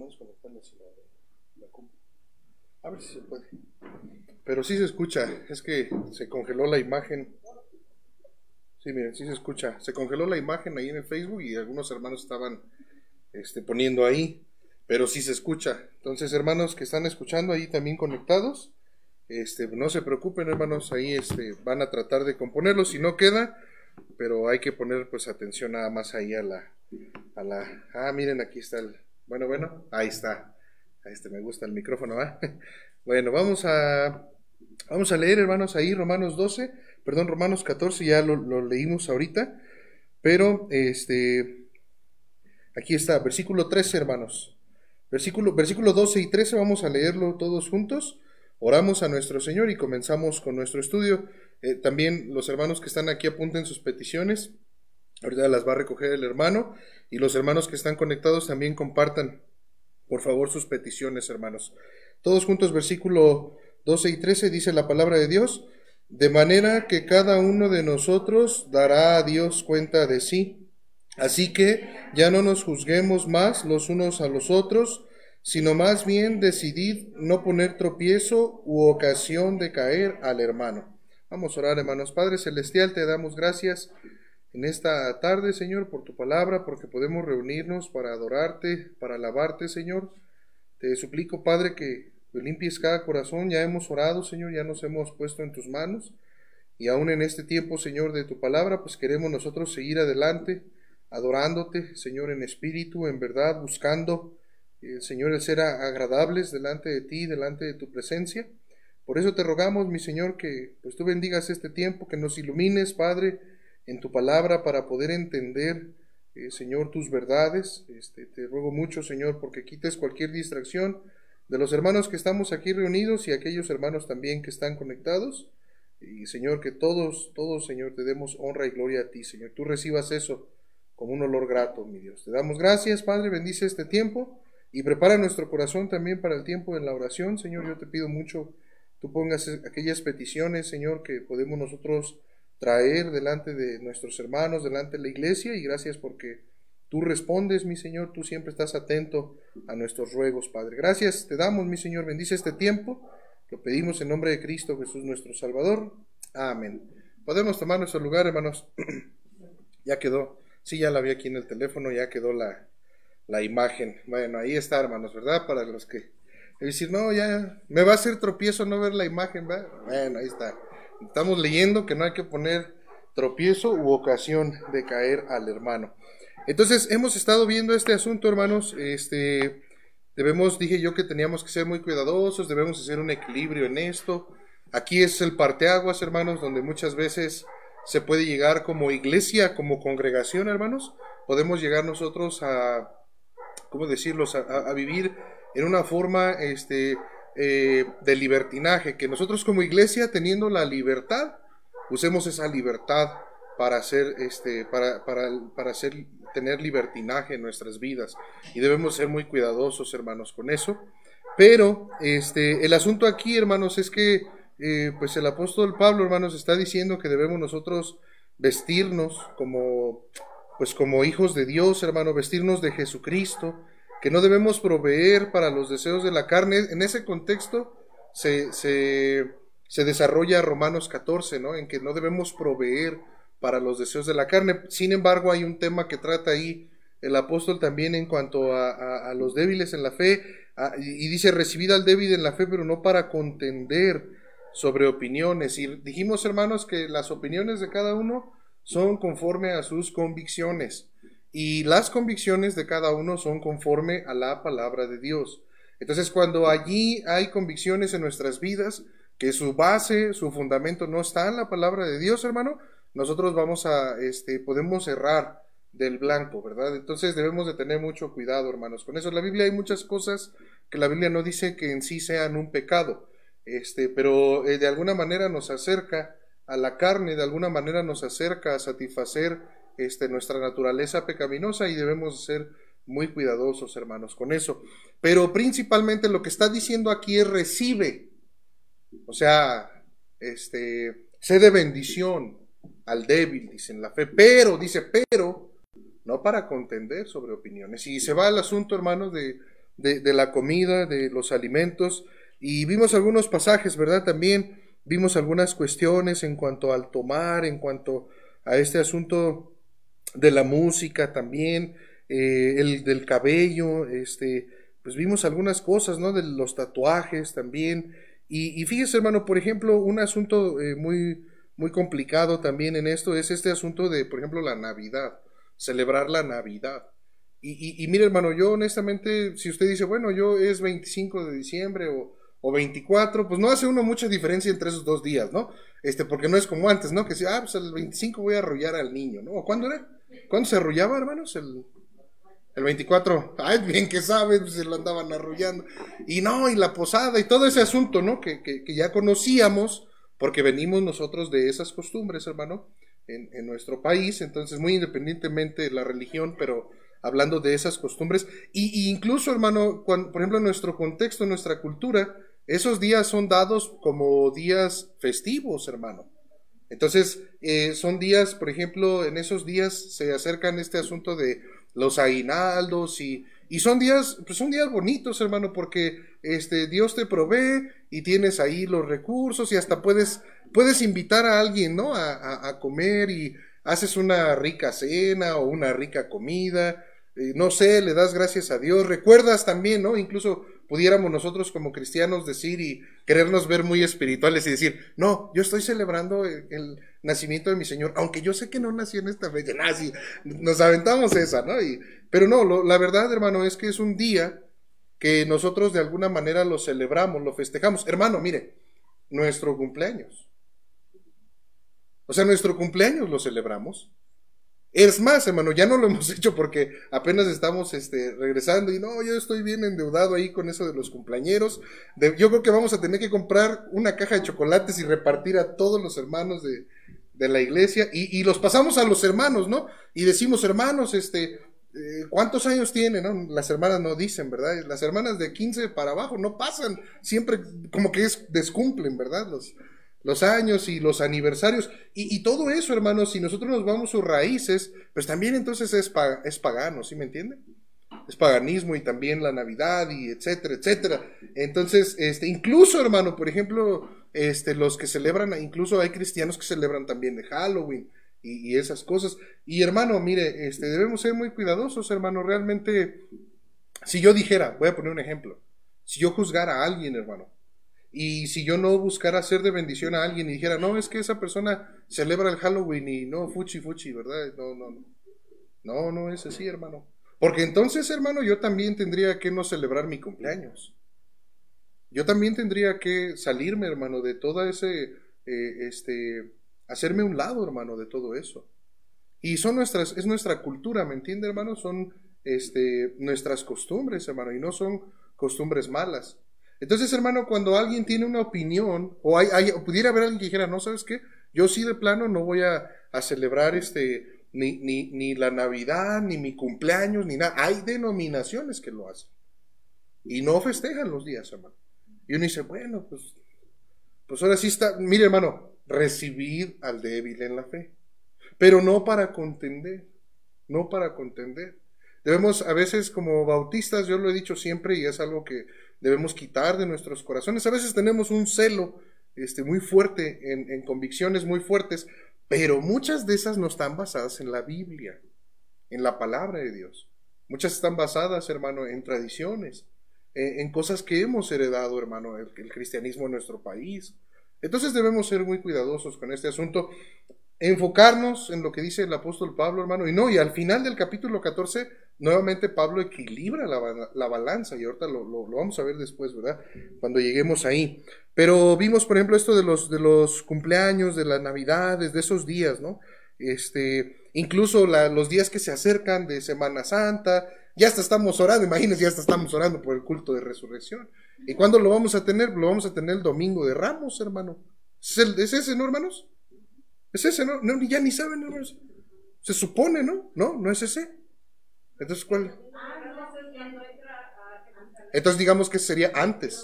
nomás conectarle así la compu. A ver si se puede. Pero sí se escucha, es que se congeló la imagen. Sí, miren, sí se escucha. Se congeló la imagen ahí en el Facebook y algunos hermanos estaban poniendo ahí, pero sí se escucha. Entonces, hermanos que están escuchando ahí también conectados, no se preocupen, hermanos, ahí van a tratar de componerlo, si no queda, pero hay que poner pues atención nada más ahí a la miren, aquí está bueno, ahí está. Me gusta el micrófono, ¿va? Bueno, vamos a leer, hermanos, ahí Romanos 14, ya lo leímos ahorita, pero aquí está, versículo 13, hermanos. Versículo 12 y 13, vamos a leerlo todos juntos. Oramos a nuestro Señor y comenzamos con nuestro estudio. También los hermanos que están aquí apunten sus peticiones. Ahorita las va a recoger el hermano. Y los hermanos que están conectados también compartan, por favor, sus peticiones, hermanos. Todos juntos, versículo 12 y 13, dice la palabra de Dios: de manera que cada uno de nosotros dará a Dios cuenta de sí. Así que ya no nos juzguemos más los unos a los otros, sino más bien decidid no poner tropiezo u ocasión de caer al hermano. Vamos a orar, hermanos. Padre Celestial, te damos gracias en esta tarde, Señor, por tu palabra, porque podemos reunirnos para adorarte, para alabarte, Señor. Te suplico, Padre, que limpies cada corazón. Ya hemos orado, Señor, ya nos hemos puesto en tus manos, y aún en este tiempo, Señor, de tu palabra, pues queremos nosotros seguir adelante, adorándote, Señor, en espíritu, en verdad, buscando, Señor, el ser agradables delante de ti, delante de tu presencia. Por eso te rogamos, mi Señor, que pues tú bendigas este tiempo, que nos ilumines, Padre, en tu palabra para poder entender, Señor, tus verdades. Te ruego mucho, Señor, porque quites cualquier distracción de los hermanos que estamos aquí reunidos y aquellos hermanos también que están conectados. Y, Señor, que todos, Señor, te demos honra y gloria a ti, Señor. Tú recibas eso como un olor grato, mi Dios. Te damos gracias, Padre, bendice este tiempo y prepara nuestro corazón también para el tiempo de la oración, Señor. Yo te pido mucho, tú pongas aquellas peticiones, Señor, que podemos nosotros traer delante de nuestros hermanos, delante de la iglesia, y gracias porque tú respondes, mi Señor, tú siempre estás atento a nuestros ruegos, Padre. Gracias te damos, mi Señor, bendice este tiempo, lo pedimos en nombre de Cristo Jesús nuestro Salvador. Amén. Podemos tomar nuestro lugar, hermanos. Ya quedó. Sí, ya la vi aquí en el teléfono, ya quedó la imagen. Bueno, ahí está, hermanos, ¿verdad? Para los que decir, no, ya me va a hacer tropiezo no ver la imagen, ¿verdad? Bueno, ahí está. Estamos leyendo que no hay que poner tropiezo u ocasión de caer al hermano. Entonces, hemos estado viendo este asunto, hermanos. Dije yo que teníamos que ser muy cuidadosos, debemos hacer un equilibrio en esto. Aquí es el parteaguas, hermanos, donde muchas veces se puede llegar como iglesia, como congregación, hermanos. Podemos llegar nosotros a, ¿cómo decirlo?, a vivir en una forma de libertinaje, que nosotros como iglesia, teniendo la libertad, usemos esa libertad para hacer tener libertinaje en nuestras vidas, y debemos ser muy cuidadosos, hermanos, con eso. Pero el asunto aquí, hermanos, es que pues el apóstol Pablo, hermanos, está diciendo que debemos nosotros vestirnos como hijos de Dios, hermano, vestirnos de Jesucristo, que no debemos proveer para los deseos de la carne. En ese contexto se desarrolla Romanos 14, ¿no? En que no debemos proveer para los deseos de la carne. Sin embargo, hay un tema que trata ahí el apóstol también en cuanto a los débiles en la fe, y dice: recibid al débil en la fe, pero no para contender sobre opiniones. Y dijimos, hermanos, que las opiniones de cada uno son conforme a sus convicciones, y las convicciones de cada uno son conforme a la palabra de Dios. Entonces, cuando allí hay convicciones en nuestras vidas que su base, su fundamento no está en la palabra de Dios, hermano, nosotros podemos errar del blanco, ¿verdad? Entonces debemos de tener mucho cuidado, hermanos, con eso. En la Biblia hay muchas cosas que la Biblia no dice que en sí sean un pecado, pero de alguna manera nos acerca a la carne, de alguna manera nos acerca a satisfacer nuestra naturaleza pecaminosa, y debemos ser muy cuidadosos, hermanos, con eso. Pero principalmente lo que está diciendo aquí es: recibe, o sea, sé de bendición al débil, dice, en la fe, pero no para contender sobre opiniones. Y se va al asunto, hermanos, de de la comida, de los alimentos, y vimos algunos pasajes, ¿verdad? También vimos algunas cuestiones en cuanto al tomar, en cuanto a este asunto de la música también, el del cabello, pues vimos algunas cosas, ¿no? De los tatuajes también. Y fíjese, hermano, por ejemplo, un asunto muy complicado también en esto es este asunto de, por ejemplo, la Navidad, celebrar la Navidad. Y mire, hermano, yo honestamente, si usted dice, bueno, yo es 25 de diciembre o 24, pues no hace uno mucha diferencia entre esos dos días, ¿no? Porque no es como antes, ¿no? Que si, pues el 25 voy a arrullar al niño, ¿no? ¿O cuándo era? ¿Cuándo se arrullaba, hermanos? El 24. Ay, bien que sabes, pues se lo andaban arrullando. Y no, y la posada y todo ese asunto, ¿no? Que ya conocíamos, porque venimos nosotros de esas costumbres, hermano, en nuestro país, entonces muy independientemente de la religión, pero hablando de esas costumbres, y incluso, hermano, por ejemplo, en nuestro contexto, en nuestra cultura, esos días son dados como días festivos, hermano. Entonces, son días, por ejemplo, en esos días se acercan este asunto de los aguinaldos y son días, pues son días bonitos, hermano, porque Dios te provee y tienes ahí los recursos y hasta puedes invitar a alguien, ¿no? A comer y haces una rica cena o una rica comida, no sé, le das gracias a Dios, recuerdas también, ¿no? Incluso pudiéramos nosotros como cristianos decir y querernos ver muy espirituales y decir, no, yo estoy celebrando el nacimiento de mi Señor, aunque yo sé que no nació en esta fecha, sí, nos aventamos esa, ¿no? Pero no, la verdad, hermano, es que es un día que nosotros de alguna manera lo celebramos, lo festejamos. Hermano, mire, nuestro cumpleaños. O sea, nuestro cumpleaños lo celebramos. Es más, hermano, ya no lo hemos hecho porque apenas estamos regresando y no, yo estoy bien endeudado ahí con eso de los cumpleañeros. Yo creo que vamos a tener que comprar una caja de chocolates y repartir a todos los hermanos de la iglesia y los pasamos a los hermanos, ¿no? Y decimos, hermanos, ¿cuántos años tienen? ¿No? Las hermanas no dicen, ¿verdad? Las hermanas de 15 para abajo no pasan, siempre como que descumplen, ¿verdad? Los años y los aniversarios y todo eso, hermanos, si nosotros nos vamos a sus raíces, pues también entonces es pagano, ¿sí me entiende? Es paganismo y también la Navidad y etcétera, etcétera. Entonces, incluso, hermano, por ejemplo, los que celebran, incluso hay cristianos que celebran también de Halloween y esas cosas. Y hermano, mire, debemos ser muy cuidadosos, hermano, realmente, si yo dijera, voy a poner un ejemplo, si yo juzgara a alguien, hermano, y si yo no buscara hacer de bendición a alguien y dijera, no, es que esa persona celebra el Halloween y no, fuchi, ¿verdad? No es así, hermano. Porque entonces, hermano, yo también tendría que no celebrar mi cumpleaños. Yo también tendría que salirme, hermano, de toda hacerme un lado, hermano, de todo eso. Y es nuestra cultura, ¿me entiende, hermano? Son, nuestras costumbres, hermano, y no son costumbres malas. Entonces, hermano, cuando alguien tiene una opinión, o pudiera haber alguien que dijera, no, ¿sabes qué? Yo sí de plano no voy a celebrar ni la Navidad, ni mi cumpleaños, ni nada. Hay denominaciones que lo hacen. Y no festejan los días, hermano. Y uno dice, bueno, pues ahora sí está. Mire, hermano, recibir al débil en la fe. Pero no para contender. No para contender. Debemos, a veces como bautistas, yo lo he dicho siempre y es algo que debemos quitar de nuestros corazones. A veces tenemos un celo muy fuerte en convicciones muy fuertes, pero muchas de esas no están basadas en la Biblia, en la palabra de Dios. Muchas están basadas, hermano, en tradiciones, en cosas que hemos heredado, hermano, el cristianismo en nuestro país. Entonces debemos ser muy cuidadosos con este asunto, enfocarnos en lo que dice el apóstol Pablo, hermano, y al final del capítulo 14, nuevamente Pablo equilibra la balanza, y ahorita lo vamos a ver después, ¿verdad? Cuando lleguemos ahí. Pero vimos, por ejemplo, esto de los cumpleaños, de las navidades, de esos días, ¿no? Incluso los días que se acercan de Semana Santa, ya hasta estamos orando, imagínense, ya hasta estamos orando por el culto de resurrección. ¿Y cuándo lo vamos a tener? Lo vamos a tener el domingo de Ramos, hermano. ¿Es ese, no, hermanos? Es ese, ¿no? Ya ni saben, hermanos. Se supone, ¿no? No es ese. Entonces, ¿cuál? Entonces, digamos que sería antes.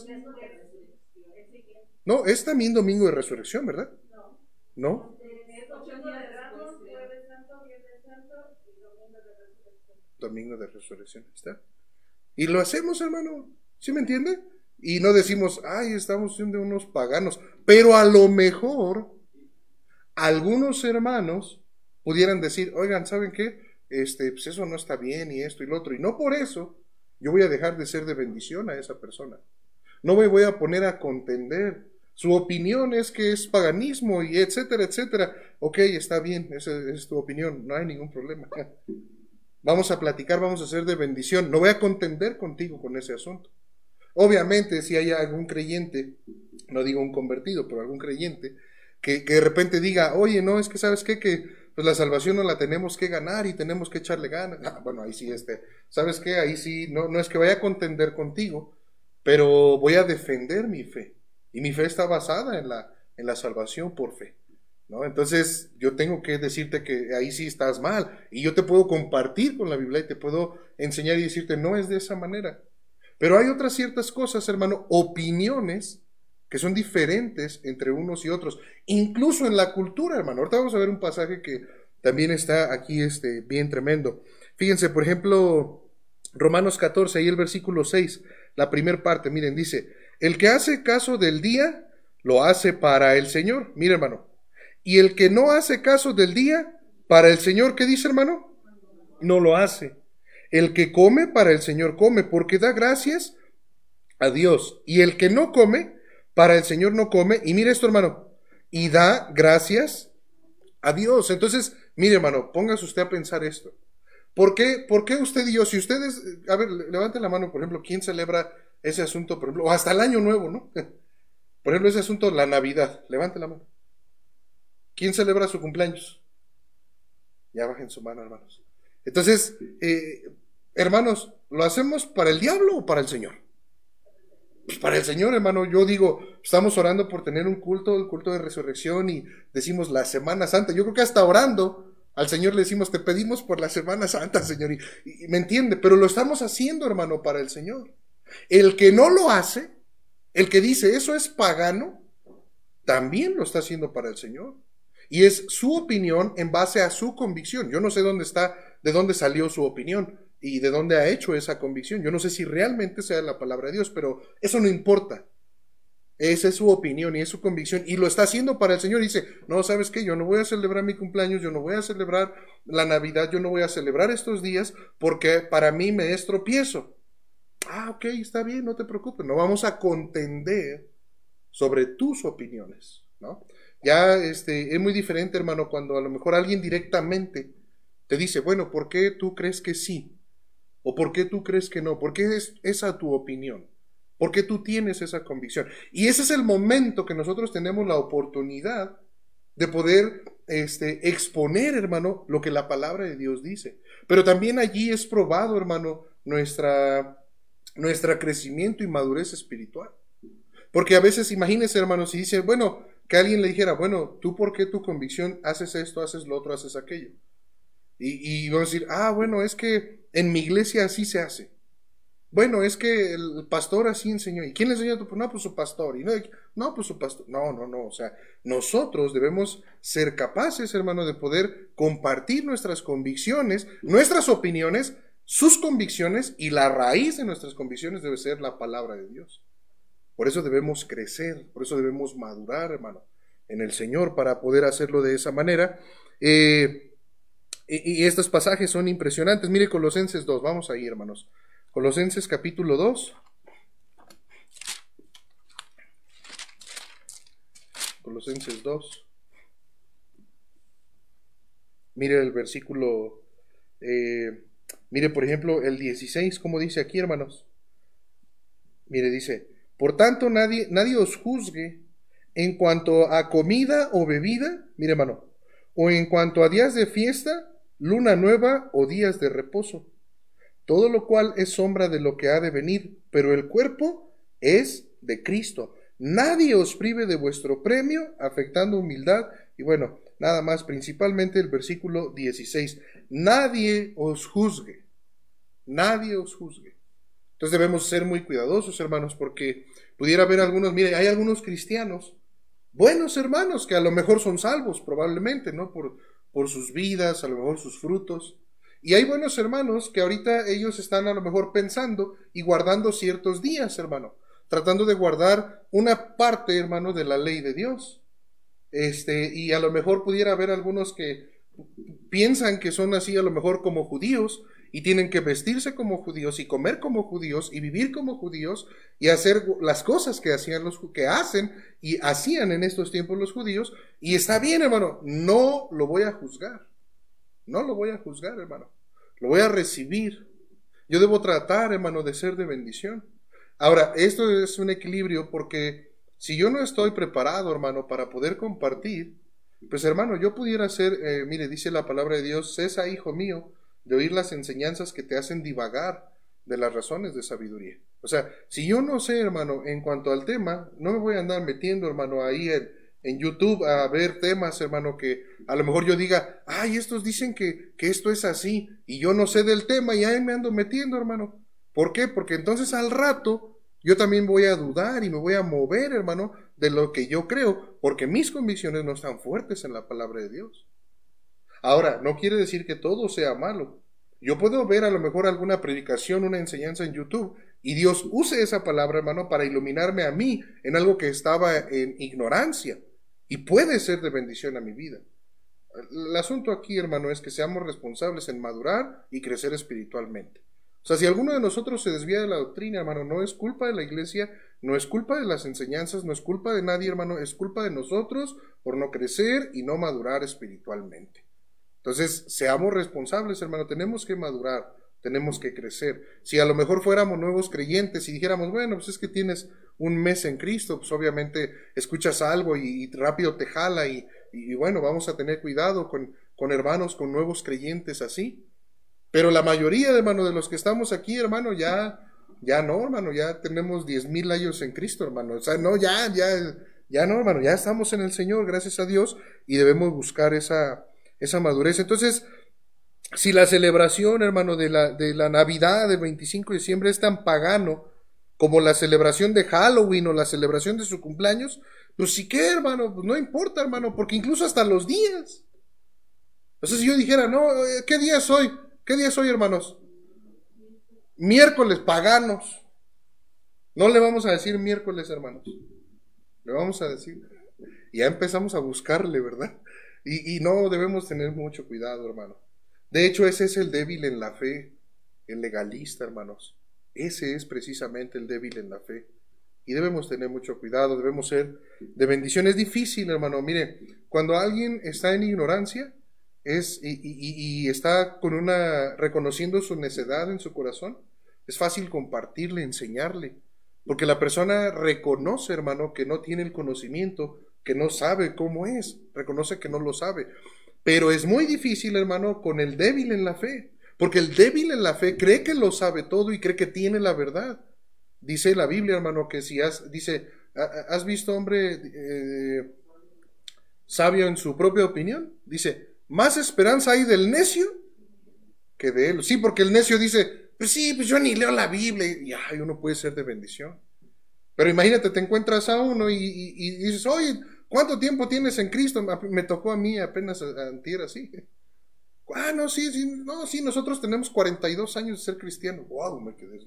No, es también domingo de resurrección, ¿verdad? ¿No? Domingo de resurrección, ¿está? Y lo hacemos, hermano, ¿sí me entiende? Y no decimos, ay, estamos siendo unos paganos. Pero a lo mejor, algunos hermanos pudieran decir, oigan, ¿saben qué? Pues eso no está bien y esto y lo otro. Y no por eso yo voy a dejar de ser de bendición a esa persona. No me voy a poner a contender. Su opinión es que es paganismo y etcétera, etcétera. Ok, está bien, esa es tu opinión, no hay ningún problema. Vamos a platicar, vamos a ser de bendición. No voy a contender contigo con ese asunto. Obviamente, si hay algún creyente, no digo un convertido, pero algún creyente, que de repente diga, oye, no, es que sabes qué, que pues la salvación no la tenemos que ganar y tenemos que echarle ganas. Ah, bueno, ahí sí, ¿sabes qué? Ahí sí, no es que vaya a contender contigo, pero voy a defender mi fe. Y mi fe está basada en la salvación por fe, ¿no? Entonces, yo tengo que decirte que ahí sí estás mal. Y yo te puedo compartir con la Biblia y te puedo enseñar y decirte, no es de esa manera. Pero hay otras ciertas cosas, hermano, opiniones que son diferentes entre unos y otros, incluso en la cultura, hermano. Ahorita vamos a ver un pasaje que también está aquí bien tremendo. Fíjense, por ejemplo, Romanos 14, ahí el versículo 6, la primera parte, miren, dice, el que hace caso del día, lo hace para el Señor. Mire, hermano. Y el que no hace caso del día, para el Señor, ¿qué dice, hermano? No lo hace. El que come, para el Señor come, porque da gracias a Dios. Y el que no come, para el Señor no come. Y mire esto, hermano, y da gracias a Dios. Entonces, mire, hermano, póngase usted a pensar esto. ¿Por qué usted y yo, si ustedes, a ver, levanten la mano, por ejemplo, ¿quién celebra ese asunto, por ejemplo, o hasta el año nuevo, ¿no? Por ejemplo, ese asunto, la Navidad, levante la mano. ¿Quién celebra su cumpleaños? Ya bajen su mano, hermanos. Entonces, hermanos, ¿lo hacemos para el diablo o para el Señor? Pues para el Señor, hermano. Yo digo, estamos orando por tener un culto, el culto de resurrección, y decimos la Semana Santa. Yo creo que hasta orando al Señor le decimos, te pedimos por la Semana Santa, Señor. Y me entiende, pero lo estamos haciendo, hermano, para el Señor. El que no lo hace, el que dice eso es pagano, también lo está haciendo para el Señor. Y es su opinión en base a su convicción. Yo no sé de dónde salió su opinión y de dónde ha hecho esa convicción. Yo no sé si realmente sea la palabra de Dios, pero eso no importa. Esa es su opinión y es su convicción. Y lo está haciendo para el Señor. Y dice, no, ¿sabes qué? Yo no voy a celebrar mi cumpleaños, yo no voy a celebrar la Navidad, yo no voy a celebrar estos días porque para mí me es tropiezo. Ah, ok, está bien, no te preocupes. No vamos a contender sobre tus opiniones, ¿no? Ya es muy diferente, hermano, cuando a lo mejor alguien directamente te dice, bueno, ¿por qué tú crees que sí? ¿O por qué tú crees que no? ¿Por qué es esa tu opinión? ¿Por qué tú tienes esa convicción? Y ese es el momento que nosotros tenemos la oportunidad de poder exponer, hermano, lo que la palabra de Dios dice. Pero también allí es probado, hermano, nuestra crecimiento y madurez espiritual. Porque a veces, imagínense, hermano, si dice, bueno, que alguien le dijera, bueno, ¿tú por qué tu convicción haces esto, haces lo otro, haces aquello? Y vamos a decir, ah, bueno, es que en mi iglesia así se hace. Bueno, es que el pastor así enseñó. ¿Y quién le enseñó? Pues no, pues su pastor. Y no, pues su pastor. No. O sea, nosotros debemos ser capaces, hermano, de poder compartir nuestras convicciones, nuestras opiniones, sus convicciones, y la raíz de nuestras convicciones debe ser la palabra de Dios. Por eso debemos crecer, por eso debemos madurar, hermano, en el Señor para poder hacerlo de esa manera. Y estos pasajes son impresionantes. Mire Colosenses 2, vamos ahí, hermanos. Colosenses capítulo 2. Colosenses 2. Mire el versículo, mire por ejemplo el 16, ¿cómo dice aquí, hermanos? Mire, dice, por tanto nadie os juzgue en cuanto a comida o bebida, mire hermano, o en cuanto a días de fiesta, luna nueva o días de reposo. Todo lo cual es sombra de lo que ha de venir, pero el cuerpo es de Cristo. Nadie os prive de vuestro premio, afectando humildad. Y bueno, nada más, principalmente el versículo 16. Nadie os juzgue. Nadie os juzgue. Entonces debemos ser muy cuidadosos, hermanos, porque pudiera haber algunos, mire, hay algunos cristianos, buenos hermanos, que a lo mejor son salvos, probablemente, ¿no? Por sus vidas, a lo mejor sus frutos. Y hay buenos hermanos que ahorita ellos están a lo mejor pensando y guardando ciertos días, hermano, tratando de guardar una parte, hermano, de la ley de Dios. Y a lo mejor pudiera haber algunos que piensan que son así a lo mejor como judíos y tienen que vestirse como judíos y comer como judíos y vivir como judíos y hacer las cosas que hacían que hacen y hacían en estos tiempos los judíos. Y está bien, hermano, no lo voy a juzgar. No lo voy a juzgar, hermano. Lo voy a recibir. Yo debo tratar, hermano, de ser de bendición. Ahora, esto es un equilibrio porque si yo no estoy preparado, hermano, para poder compartir, pues hermano, yo pudiera ser, mire, dice la palabra de Dios, cesa, hijo mío, de oír las enseñanzas que te hacen divagar de las razones de sabiduría. O sea, si yo no sé, hermano, en cuanto al tema, no me voy a andar metiendo, hermano, ahí en YouTube a ver temas, hermano, que a lo mejor yo diga, ay, estos dicen que esto es así, y yo no sé del tema, y ahí me ando metiendo, hermano. ¿Por qué? Porque entonces al rato yo también voy a dudar y me voy a mover, hermano, de lo que yo creo, porque mis convicciones no están fuertes en la palabra de Dios. Ahora, no quiere decir que todo sea malo. Yo puedo ver a lo mejor alguna predicación, una enseñanza en YouTube, y Dios use esa palabra, hermano, para iluminarme a mí en algo que estaba en ignorancia, y puede ser de bendición a mi vida. El asunto aquí, hermano, es que seamos responsables en madurar y crecer espiritualmente. O sea, si alguno de nosotros se desvía de la doctrina, hermano, no es culpa de la iglesia, no es culpa de las enseñanzas, no es culpa de nadie, hermano, es culpa de nosotros por no crecer y no madurar espiritualmente. Entonces, seamos responsables, hermano, tenemos que madurar, tenemos que crecer. Si a lo mejor fuéramos nuevos creyentes y dijéramos, bueno, pues es que tienes un mes en Cristo, pues obviamente escuchas algo y rápido te jala y bueno, vamos a tener cuidado con hermanos, con nuevos creyentes así. Pero la mayoría, hermano, de los que estamos aquí, hermano, ya no, hermano, ya tenemos 10,000 años en Cristo, hermano. O sea, no, ya no, hermano, ya estamos en el Señor, gracias a Dios, y debemos buscar esa madurez. Entonces, si la celebración, hermano, de la Navidad del 25 de diciembre es tan pagano como la celebración de Halloween o la celebración de su cumpleaños, pues sí que, hermano, pues no importa, hermano, porque incluso hasta los días. Entonces, si yo dijera, no, ¿qué día es hoy? ¿Qué día es hoy, hermanos? Miércoles, paganos. No le vamos a decir miércoles, hermanos. Le vamos a decir. Ya empezamos a buscarle, ¿verdad? Y no debemos tener mucho cuidado, hermano. De hecho, ese es el débil en la fe, el legalista, hermanos. Ese es precisamente el débil en la fe. Y debemos tener mucho cuidado, debemos ser de bendición. Es difícil, hermano. Mire, cuando alguien está en ignorancia, y está reconociendo su necedad en su corazón, es fácil compartirle, enseñarle, porque la persona reconoce, hermano, que no tiene el conocimiento, que no sabe cómo es, reconoce que no lo sabe, pero es muy difícil, hermano, con el débil en la fe, porque el débil en la fe cree que lo sabe todo y cree que tiene la verdad. Dice la Biblia, hermano, que si ¿has visto hombre sabio en su propia opinión? Dice, más esperanza hay del necio que de él. Sí, porque el necio dice, pues sí, pues yo ni leo la Biblia. Y ay, uno puede ser de bendición. Pero imagínate, te encuentras a uno y dices, oye, ¿cuánto tiempo tienes en Cristo? Me tocó a mí apenas antier así. Ah, no, sí, nosotros tenemos 42 años de ser cristianos. Wow, me quedé.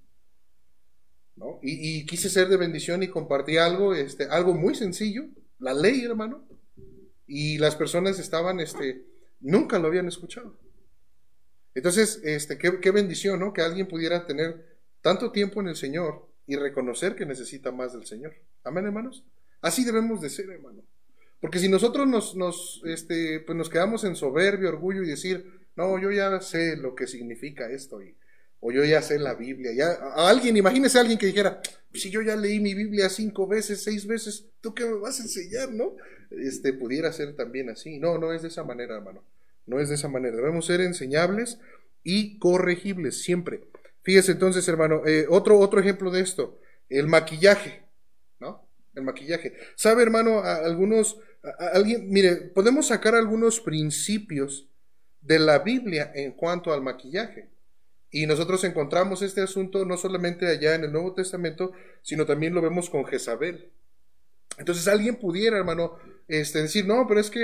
¿No? Y quise ser de bendición y compartí algo muy sencillo, la ley, hermano. Y las personas estaban, nunca lo habían escuchado. Entonces, qué bendición, ¿no? Que alguien pudiera tener tanto tiempo en el Señor y reconocer que necesita más del Señor. Amén, hermanos. Así debemos de ser, hermano. Porque si nosotros pues nos quedamos en soberbia, orgullo y decir, no, yo ya sé lo que significa esto o yo ya sé la Biblia. Imagínese a alguien que dijera, si yo ya leí mi Biblia 5 veces, 6 veces, ¿tú qué me vas a enseñar, no? Pudiera ser también así. No es de esa manera, hermano. No es de esa manera. Debemos ser enseñables y corregibles siempre. Fíjese entonces, hermano, otro ejemplo de esto, el maquillaje, ¿no? El maquillaje. ¿Sabe, hermano, mire, podemos sacar algunos principios de la Biblia en cuanto al maquillaje. Y nosotros encontramos este asunto no solamente allá en el Nuevo Testamento, sino también lo vemos con Jezabel. Entonces alguien pudiera, hermano, decir, no, pero es que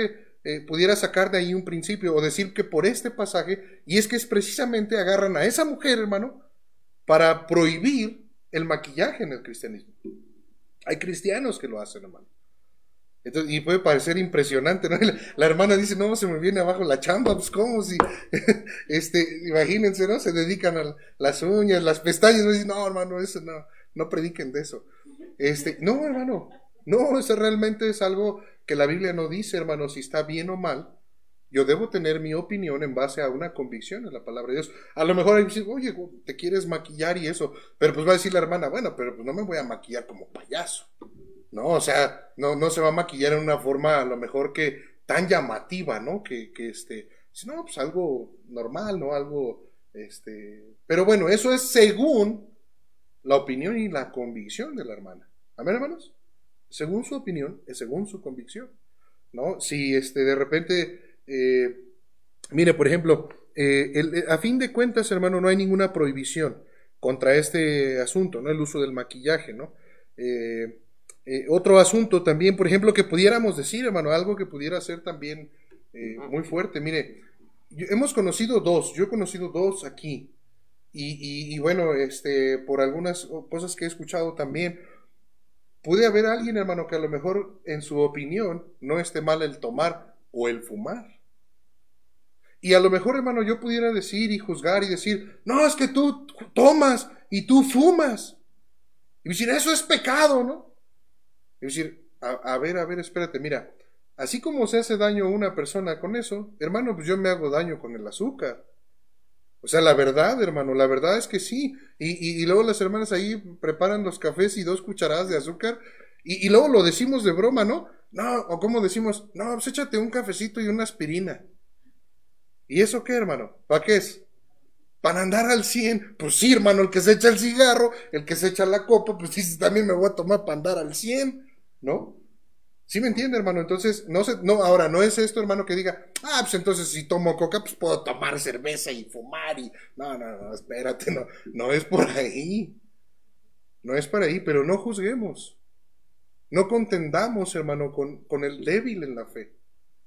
pudiera sacar de ahí un principio o decir que por este pasaje, y es que es precisamente agarran a esa mujer, hermano, para prohibir el maquillaje en el cristianismo. Hay cristianos que lo hacen, hermano. Entonces, y puede parecer impresionante, ¿no? La hermana dice, no, se me viene abajo la chamba, pues cómo si, imagínense, ¿no? Se dedican a las uñas, las pestañas, no, hermano, eso no, no prediquen de eso. No, hermano, no, eso realmente es algo que la Biblia no dice, hermano, si está bien o mal. Yo debo tener mi opinión en base a una convicción en la palabra de Dios. A lo mejor hay decir, oye, te quieres maquillar y eso, pero pues va a decir la hermana, bueno, pero pues no me voy a maquillar como payaso. No, o sea, no se va a maquillar en una forma a lo mejor que tan llamativa, ¿no? No, pues algo normal, ¿no? Algo, pero bueno, eso es según la opinión y la convicción de la hermana. ¿Amén, hermanos? Según su opinión, es según su convicción, ¿no? Si de repente, mire, por ejemplo, a fin de cuentas, hermano, no hay ninguna prohibición contra este asunto, ¿no? El uso del maquillaje, ¿no? Otro asunto también, por ejemplo, que pudiéramos decir, hermano, algo que pudiera ser también muy fuerte. Mire, hemos conocido dos, yo he conocido dos aquí, y bueno, por algunas cosas que he escuchado también, puede haber alguien, hermano, que a lo mejor en su opinión no esté mal el tomar o el fumar. Y a lo mejor, hermano, yo pudiera decir y juzgar y decir, no, es que tú tomas y tú fumas. Y decir, eso es pecado, ¿no? Es decir, a ver, espérate, mira, así como se hace daño a una persona con eso, hermano, pues yo me hago daño con el azúcar. O sea, la verdad, hermano, la verdad es que sí. Y luego las hermanas ahí preparan los cafés y 2 cucharadas de azúcar, y luego lo decimos de broma, ¿no? No, o como decimos, no, pues échate un cafecito y una aspirina. ¿Y eso qué, hermano? ¿Para qué es? Para andar al 100. Pues sí, hermano, el que se echa el cigarro, el que se echa la copa, pues dice, también me voy a tomar para andar al 100, ¿no? ¿Sí me entiende, hermano? Entonces, ahora, no es esto, hermano, que diga, pues entonces si tomo coca, pues puedo tomar cerveza y fumar y... No, espérate, no es por ahí. No es por ahí, pero no juzguemos. No contendamos, hermano, con el débil en la fe.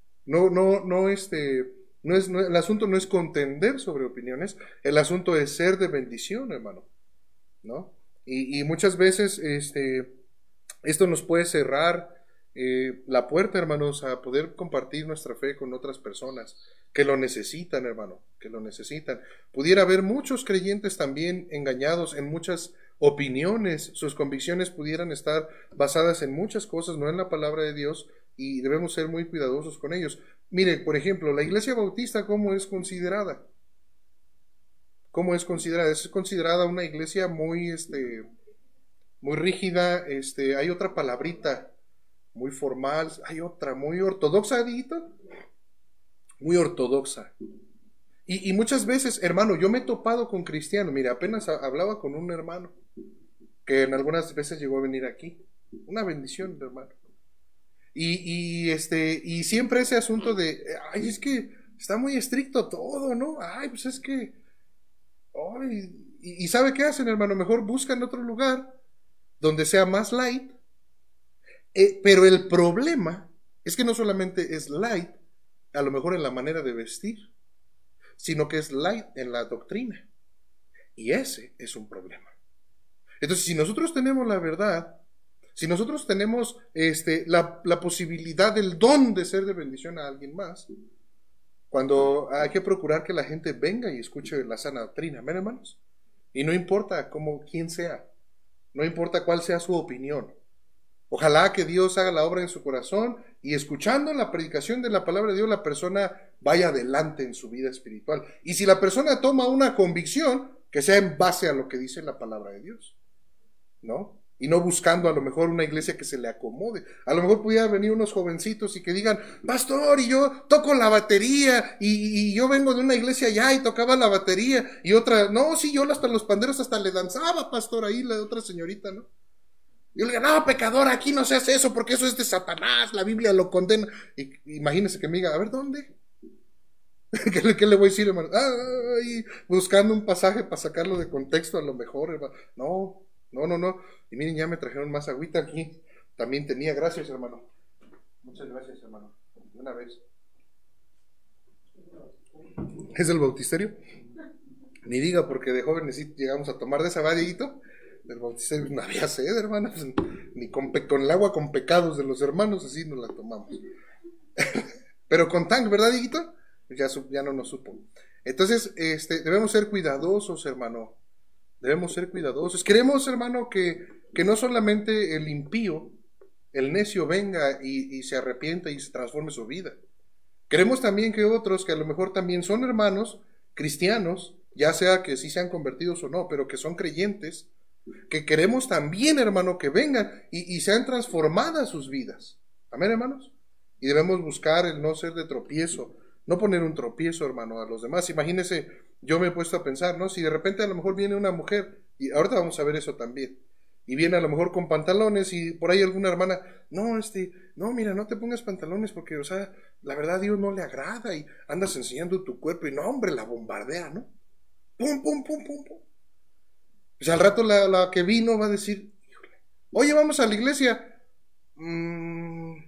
El asunto no es contender sobre opiniones, el asunto es ser de bendición, hermano, ¿no? Y muchas veces esto nos puede cerrar la puerta, hermanos, a poder compartir nuestra fe con otras personas que lo necesitan, hermano, que lo necesitan. Pudiera haber muchos creyentes también engañados en muchas opiniones, sus convicciones pudieran estar basadas en muchas cosas, no en la palabra de Dios, y debemos ser muy cuidadosos con ellos. Mire, por ejemplo, la iglesia bautista, ¿cómo es considerada? ¿Cómo es considerada? Es considerada una iglesia muy, muy rígida, hay otra palabrita, muy formal, hay otra, muy ortodoxa, Dieguito, muy ortodoxa. Y muchas veces, hermano, yo me he topado con cristianos, mire, apenas hablaba con un hermano, que en algunas veces llegó a venir aquí, una bendición, hermano. Y siempre ese asunto de, ay, es que está muy estricto todo, ¿no? Ay, pues es que, ay, y ¿sabe qué hacen, hermano? Mejor buscan otro lugar donde sea más light, pero el problema es que no solamente es light, a lo mejor en la manera de vestir, sino que es light en la doctrina. Y ese es un problema. Entonces, si nosotros tenemos la verdad, si nosotros tenemos la posibilidad del don de ser de bendición a alguien más, cuando hay que procurar que la gente venga y escuche la sana doctrina, ¿ven, hermanos? Y no importa quién sea, no importa cuál sea su opinión. Ojalá que Dios haga la obra en su corazón y escuchando la predicación de la palabra de Dios, la persona vaya adelante en su vida espiritual. Y si la persona toma una convicción, que sea en base a lo que dice la palabra de Dios, ¿no? Y no buscando a lo mejor una iglesia que se le acomode. A lo mejor pudiera venir unos jovencitos y que digan, pastor, y yo toco la batería, y yo vengo de una iglesia allá y tocaba la batería, y otra, no, sí, yo hasta los panderos hasta le danzaba, pastor, ahí la otra señorita, ¿no? Y yo le digo, no, pecador, aquí no se hace eso, porque eso es de Satanás, la Biblia lo condena. Y imagínese que me diga, a ver, ¿dónde? ¿Qué le voy a decir, hermano? Buscando un pasaje para sacarlo de contexto a lo mejor, hermano. No. Y miren, ya me trajeron más agüita aquí. También tenía, gracias, hermano. Muchas gracias, hermano. De una vez. ¿Es el bautisterio? Ni diga, porque de jóvenes sí llegamos a tomar de esa, vadillito. Del bautisterio no había sed, hermanos. Ni con el agua con pecados de los hermanos, así nos la tomamos. Pero con tank, ¿verdad, Dieguito? Ya no nos supo. Entonces, debemos ser cuidadosos, hermano. Debemos ser cuidadosos. Queremos, hermano, que no solamente el impío, el necio venga y se arrepienta y se transforme su vida. Queremos también que otros, que a lo mejor también son hermanos cristianos, ya sea que sí sean convertidos o no, pero que son creyentes, que queremos también, hermano, que vengan y sean transformadas sus vidas. Amén, hermanos. Y debemos buscar el no ser de tropiezo, no poner un tropiezo, hermano, a los demás. Imagínese, yo me he puesto a pensar, ¿no? Si de repente a lo mejor viene una mujer, y ahorita vamos a ver eso también, y viene a lo mejor con pantalones y por ahí alguna hermana, no, mira, no te pongas pantalones porque, o sea, la verdad a Dios no le agrada y andas enseñando tu cuerpo y no, hombre, la bombardea, ¿no? Pum, pum, pum, pum, pum. Pues al rato la que vino va a decir, híjole, oye, vamos a la iglesia. No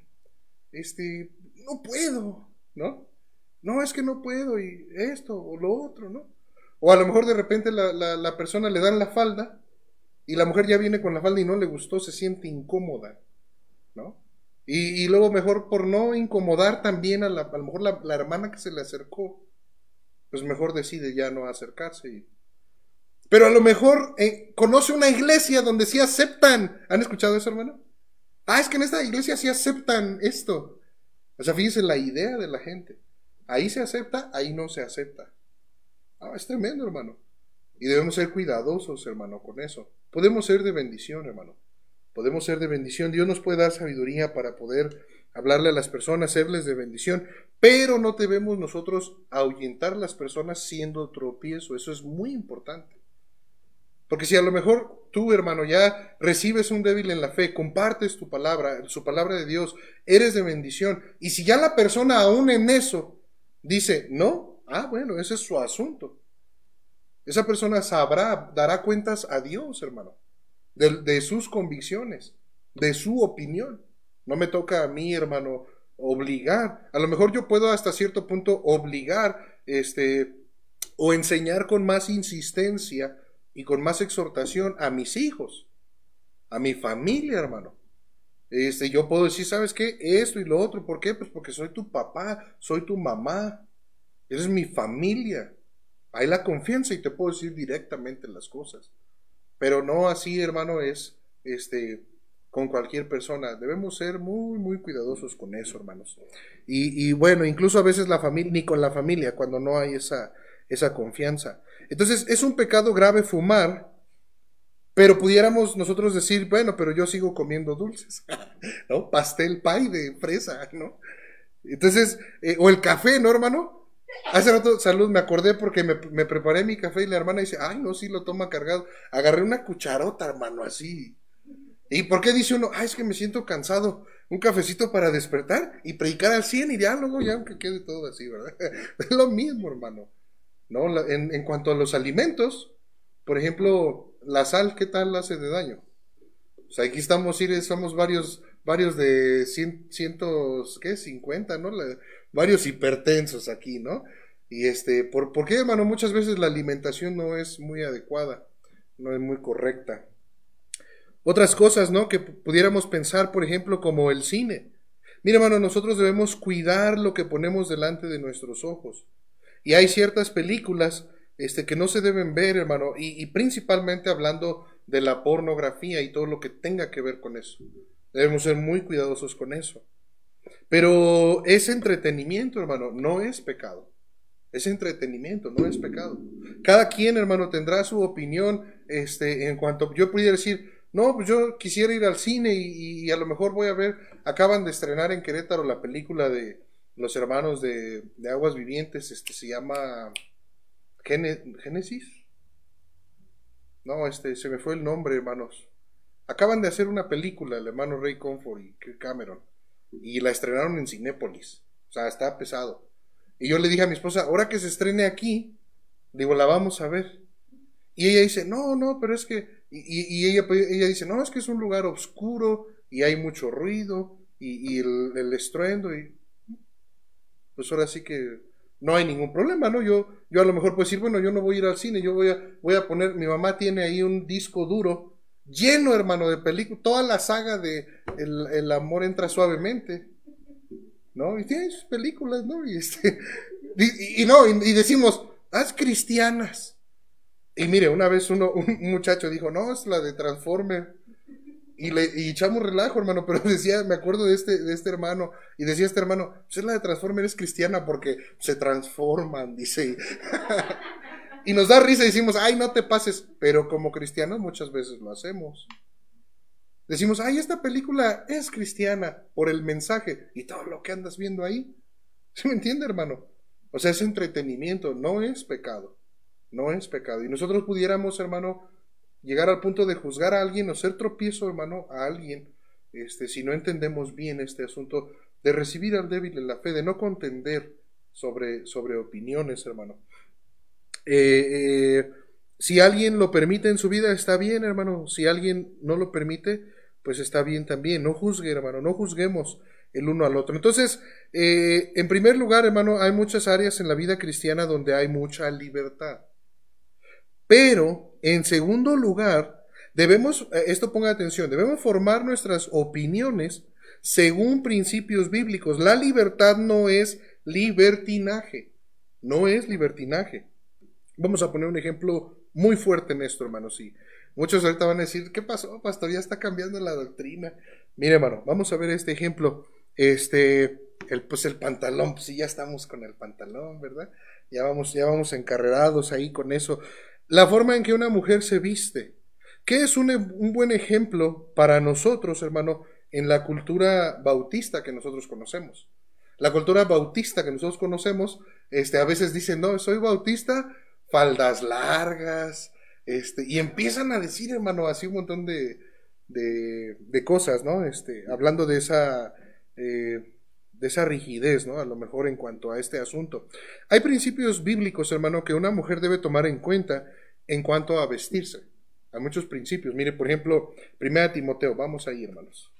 puedo, ¿no? No, es que no puedo y esto o lo otro, ¿no? O a lo mejor de repente la persona le dan la falda y la mujer ya viene con la falda y no le gustó, se siente incómoda, ¿no? Y luego mejor por no incomodar también a lo mejor la hermana que se le acercó, pues mejor decide ya no acercarse. Pero a lo mejor conoce una iglesia donde sí aceptan. ¿Han escuchado eso, hermano? Es que en esta iglesia sí aceptan esto. O sea, fíjense la idea de la gente. Ahí se acepta, ahí no se acepta. Es tremendo, hermano. Y debemos ser cuidadosos, hermano, con eso. Podemos ser de bendición, hermano. Podemos ser de bendición. Dios nos puede dar sabiduría para poder hablarle a las personas, serles de bendición. Pero no debemos nosotros ahuyentar a las personas siendo tropiezo. Eso es muy importante. Porque si a lo mejor tú, hermano, ya recibes un débil en la fe, compartes tu palabra, su palabra de Dios, eres de bendición, y si ya la persona aún en eso dice, no, bueno, ese es su asunto. Esa persona sabrá, dará cuentas a Dios, hermano, de sus convicciones, de su opinión. No me toca a mí, hermano, obligar. A lo mejor yo puedo hasta cierto punto obligar, o enseñar con más insistencia y con más exhortación a mis hijos, a mi familia, hermano. Yo puedo decir, ¿sabes qué? Esto y lo otro. ¿Por qué? Pues porque soy tu papá, soy tu mamá, eres mi familia. Hay la confianza y te puedo decir directamente las cosas. Pero no así, hermano, es con cualquier persona. Debemos ser muy, muy cuidadosos con eso, hermanos. Y bueno, incluso a veces la familia, ni con la familia, cuando no hay esa confianza. Entonces, es un pecado grave fumar, pero pudiéramos nosotros decir, bueno, pero yo sigo comiendo dulces, ¿no? Pastel, pay de fresa, ¿no? Entonces, o el café, ¿no, hermano? Hace rato, salud, me acordé porque me preparé mi café y la hermana dice, no, sí lo toma cargado. Agarré una cucharota, hermano, así. ¿Y por qué dice uno? Es que me siento cansado. Un cafecito para despertar y predicar al 100 y ya luego ya aunque quede todo así, ¿verdad? Es lo mismo, hermano. ¿No? En cuanto a los alimentos, por ejemplo, la sal, ¿qué tal hace de daño? O sea, aquí somos varios de 50, ¿no? Varios hipertensos aquí, ¿no? Y ¿por qué, hermano? Muchas veces la alimentación no es muy adecuada, no es muy correcta. Otras cosas, ¿no? Que pudiéramos pensar, por ejemplo, como el cine. Mira, hermano, nosotros debemos cuidar lo que ponemos delante de nuestros ojos. Y hay ciertas películas que no se deben ver, hermano, y principalmente hablando de la pornografía y todo lo que tenga que ver con eso. Debemos ser muy cuidadosos con eso. Pero es entretenimiento, hermano, no es pecado. Es entretenimiento, no es pecado. Cada quien, hermano, tendrá su opinión en cuanto yo pudiera decir, no, pues yo quisiera ir al cine y a lo mejor voy a ver, acaban de estrenar en Querétaro la película de los hermanos de Aguas Vivientes, se llama Génesis. No, se me fue el nombre, hermanos. Acaban de hacer una película, el hermano Ray Comfort y Kirk Cameron, y la estrenaron en Cinépolis. O sea, está pesado. Y yo le dije a mi esposa, ahora que se estrene aquí, digo, la vamos a ver. Y ella dice, no, pero es que, y ella dice, no, es que es un lugar oscuro y hay mucho ruido y el estruendo y pues ahora sí que no hay ningún problema, ¿no? Yo a lo mejor puedo decir, bueno, yo no voy a ir al cine, yo voy a poner, mi mamá tiene ahí un disco duro lleno, hermano, de películas, toda la saga de el amor entra suavemente, ¿no? Y tiene sus películas, ¿no? Y decimos, haz cristianas. Y mire, una vez un muchacho dijo, no, es la de Transformer. Y echamos relajo, hermano, pero decía, me acuerdo de este hermano, y decía este hermano, pues es la de Transformer, es cristiana porque se transforman, dice. Y nos da risa y decimos, ay, no te pases, pero como cristianos muchas veces lo hacemos. Decimos, ay, esta película es cristiana por el mensaje y todo lo que andas viendo ahí. ¿Se me entiende, hermano? O sea, es entretenimiento, no es pecado. No es pecado. Y nosotros pudiéramos, hermano, llegar al punto de juzgar a alguien o ser tropiezo, hermano, a alguien, si no entendemos bien este asunto de recibir al débil en la fe, de no contender sobre opiniones, hermano. Si alguien lo permite en su vida, está bien, hermano. Si alguien no lo permite, pues está bien también. No juzgue, hermano, no juzguemos el uno al otro. Entonces, en primer lugar, hermano, hay muchas áreas en la vida cristiana donde hay mucha libertad. Pero, en segundo lugar, esto ponga atención, debemos formar nuestras opiniones según principios bíblicos. La libertad no es libertinaje, no es libertinaje. Vamos a poner un ejemplo muy fuerte en esto, hermano, sí. Muchos ahorita van a decir, ¿qué pasó, pastor? Ya está cambiando la doctrina. Mire, hermano, vamos a ver este ejemplo. El pantalón, pues sí, ya estamos con el pantalón, ¿verdad? Ya vamos encarrerados ahí con eso. La forma en que una mujer se viste. ¿Qué es un buen ejemplo para nosotros, hermano, en la cultura bautista que nosotros conocemos? La cultura bautista que nosotros conocemos, a veces dicen, no, soy bautista, faldas largas, y empiezan a decir, hermano, así un montón de cosas, ¿no? Hablando de esa rigidez, ¿no? A lo mejor en cuanto a este asunto. Hay principios bíblicos, hermano, que una mujer debe tomar en cuenta en cuanto a vestirse. Hay muchos principios. Mire, por ejemplo, 1 Timoteo, vamos ahí, hermanos.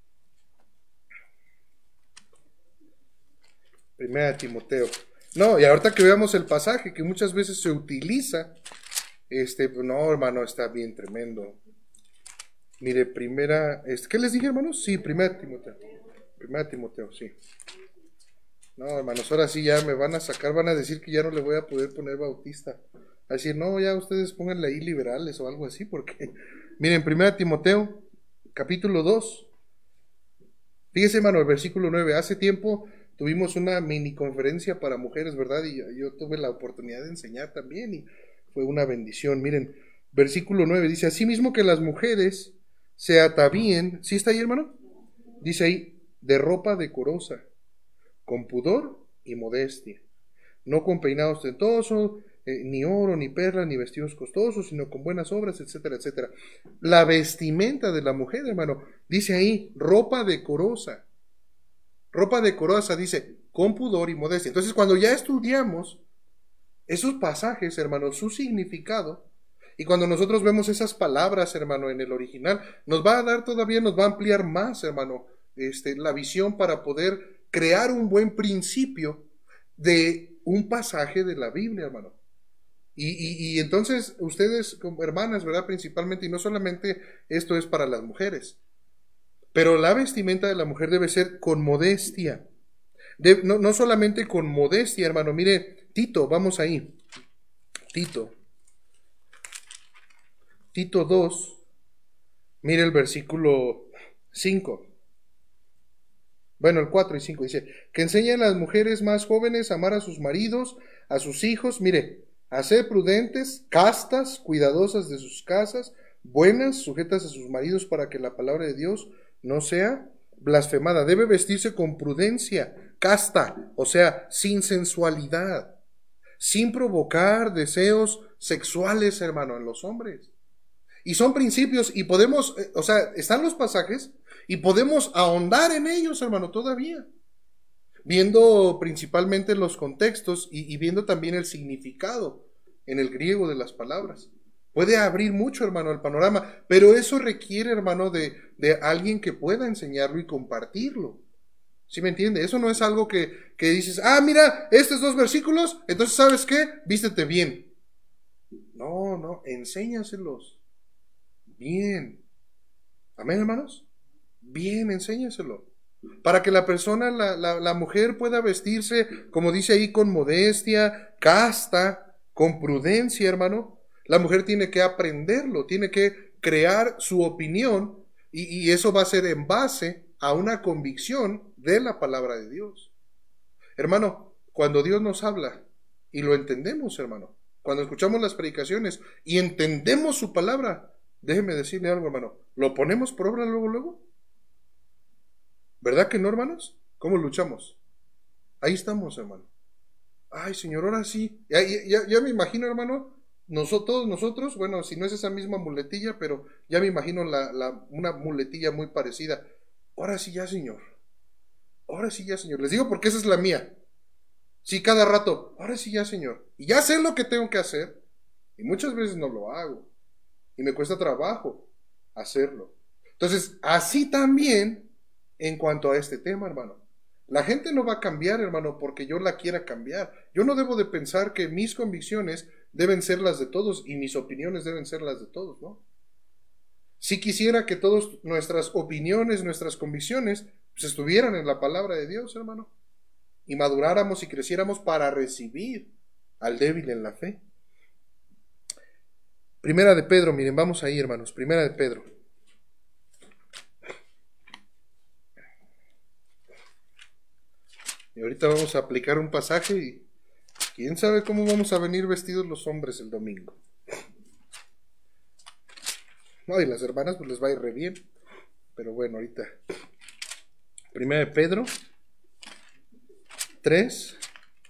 1 Timoteo. No, y ahorita que veamos el pasaje, que muchas veces se utiliza, no, hermano, está bien tremendo. Mire, ¿qué les dije, hermanos? Sí, 1 Timoteo. 1 Timoteo, sí. No, hermanos, ahora sí ya me van a sacar, van a decir que ya no le voy a poder poner bautista. A decir, no, ya ustedes pónganle ahí liberales o algo así, porque, miren, 1 Timoteo, capítulo 2. Fíjese, hermano, el versículo 9. Hace tiempo tuvimos una mini conferencia para mujeres, ¿verdad? Y yo tuve la oportunidad de enseñar también y fue una bendición. Miren, versículo 9 dice, asimismo que las mujeres se atavíen, ¿sí está ahí, hermano? Dice ahí, de ropa decorosa, con pudor y modestia, no con peinados ostentosos, ni oro, ni perla, ni vestidos costosos, sino con buenas obras, etcétera, etcétera. La vestimenta de la mujer, hermano, dice ahí, ropa decorosa. Ropa decorosa, dice, con pudor y modestia. Entonces, cuando ya estudiamos esos pasajes, hermano, su significado, y cuando nosotros vemos esas palabras, hermano, en el original, nos va a dar todavía, nos va a ampliar más, hermano, la visión para poder crear un buen principio de un pasaje de la Biblia, hermano. Y entonces ustedes como hermanas, ¿verdad? Principalmente, y no solamente esto es para las mujeres, pero la vestimenta de la mujer debe ser con modestia. No solamente con modestia, hermano. Mire, Tito, vamos ahí. Tito 2, mire el versículo 5. Bueno, el 4 y 5 dice, que enseñan a las mujeres más jóvenes a amar a sus maridos, a sus hijos, mire, a ser prudentes, castas, cuidadosas de sus casas, buenas, sujetas a sus maridos para que la palabra de Dios no sea blasfemada. Debe vestirse con prudencia, casta, o sea, sin sensualidad, sin provocar deseos sexuales, hermano, en los hombres. Y son principios y podemos, o sea, están los pasajes y podemos ahondar en ellos, hermano, todavía. Viendo principalmente los contextos y viendo también el significado en el griego de las palabras. Puede abrir mucho, hermano, el panorama, pero eso requiere, hermano, de alguien que pueda enseñarlo y compartirlo. ¿Sí me entiende? Eso no es algo que dices, ah, mira, estos 2 versículos, entonces ¿sabes qué? Vístete bien. No, no, enséñaselos. Bien. Amén, hermanos. Bien, enséñaselo. Para que la persona, la mujer pueda vestirse, como dice ahí, con modestia, casta, con prudencia, hermano. La mujer tiene que aprenderlo, tiene que crear su opinión y eso va a ser en base a una convicción de la palabra de Dios. Hermano, cuando Dios nos habla y lo entendemos, hermano, cuando escuchamos las predicaciones y entendemos su palabra, déjeme decirle algo, hermano, ¿lo ponemos por obra luego? ¿Verdad que no, hermanos? ¿Cómo luchamos? Ahí estamos, hermano. Ay, Señor, ahora sí. Ya me imagino, hermano, todos nosotros, bueno, si no es esa misma muletilla, pero ya me imagino una muletilla muy parecida. Ahora sí ya, Señor. Ahora sí ya, Señor. Les digo porque esa es la mía. Sí, cada rato. Ahora sí ya, Señor. Y ya sé lo que tengo que hacer. Y muchas veces no lo hago. Y me cuesta trabajo hacerlo. Entonces, así también en cuanto a este tema, hermano. La gente no va a cambiar, hermano, porque yo la quiera cambiar. Yo no debo de pensar que mis convicciones deben ser las de todos y mis opiniones deben ser las de todos, ¿no? Si quisiera que todas nuestras opiniones, nuestras convicciones, pues estuvieran en la palabra de Dios, hermano, y maduráramos y creciéramos para recibir al débil en la fe. Primera de Pedro, miren, vamos ahí, hermanos. Primera de Pedro. Y ahorita vamos a aplicar un pasaje y quién sabe cómo vamos a venir vestidos los hombres el domingo. No, y las hermanas pues les va a ir re bien. Pero bueno, ahorita. Primera de Pedro 3.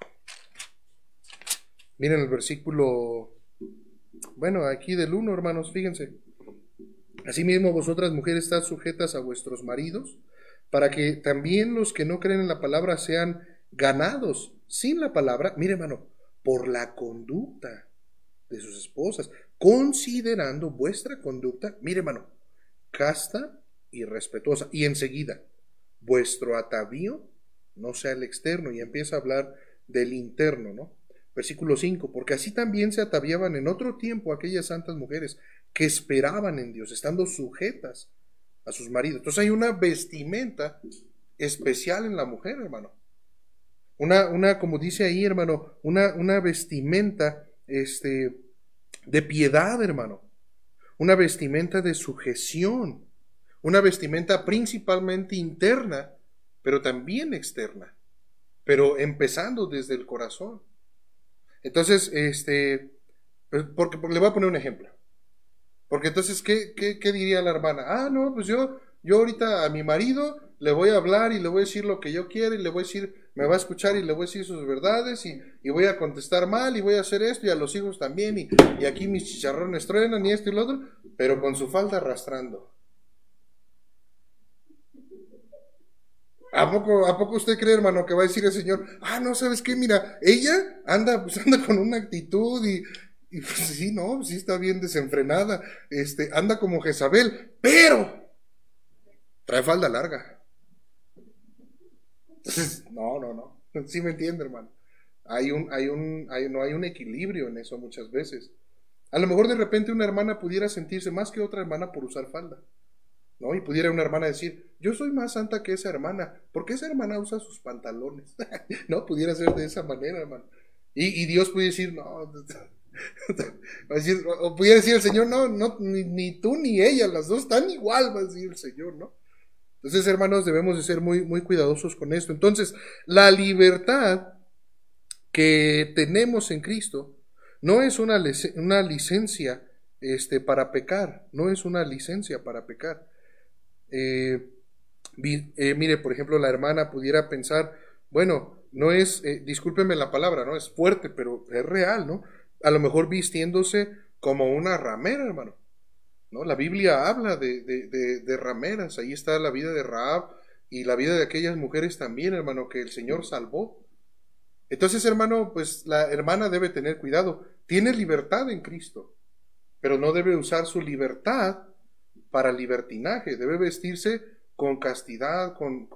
Miren el versículo, bueno, aquí del 1, hermanos, fíjense. Asimismo, vosotras mujeres, estad sujetas a vuestros maridos, para que también los que no creen en la palabra sean ganados sin la palabra, mire, hermano, por la conducta de sus esposas, considerando vuestra conducta, mire, hermano, casta y respetuosa. Y enseguida, vuestro atavío no sea el externo, y empieza a hablar del interno, ¿no? Versículo 5, porque así también se ataviaban en otro tiempo aquellas santas mujeres que esperaban en Dios, estando sujetas a sus maridos. Entonces hay una vestimenta especial en la mujer, hermano. Como dice ahí, hermano, una vestimenta de piedad, hermano. Una vestimenta de sujeción. Una vestimenta principalmente interna, pero también externa. Pero empezando desde el corazón. Entonces, porque le voy a poner un ejemplo. Porque entonces, ¿qué diría la hermana? Ah, no, pues yo ahorita a mi marido le voy a hablar y le voy a decir lo que yo quiero y le voy a decir, me va a escuchar y le voy a decir sus verdades y voy a contestar mal y voy a hacer esto y a los hijos también y aquí mis chicharrones truenan y esto y lo otro, pero con su falda arrastrando. ¿A poco usted cree, hermano, que va a decir el Señor, ah, no, ¿sabes qué? Mira, ella anda con una actitud y pues sí, no, sí está bien desenfrenada, anda como Jezabel, pero trae falda larga. Entonces, no, sí me entiende, hermano. No hay un equilibrio en eso muchas veces. A lo mejor de repente una hermana pudiera sentirse más que otra hermana por usar falda, ¿no? Y pudiera una hermana decir, yo soy más santa que esa hermana, porque esa hermana usa sus pantalones, ¿no? Pudiera ser de esa manera, hermano. Y Dios puede decir, no, o pudiera decir el Señor, no, ni tú ni ella, las dos están igual, va a decir el Señor, ¿no? Entonces, hermanos, debemos de ser muy, muy cuidadosos con esto. Entonces, la libertad que tenemos en Cristo no es una licencia para pecar, no es una licencia para pecar. Mire, por ejemplo, la hermana pudiera pensar, bueno, no es, discúlpeme la palabra, no es fuerte, pero es real, ¿no? A lo mejor vistiéndose como una ramera, hermano, ¿no? La Biblia habla de rameras, ahí está la vida de Rahab y la vida de aquellas mujeres también, hermano, que el Señor salvó. Entonces, hermano, pues la hermana debe tener cuidado, tiene libertad en Cristo, pero no debe usar su libertad para libertinaje, debe vestirse con castidad, con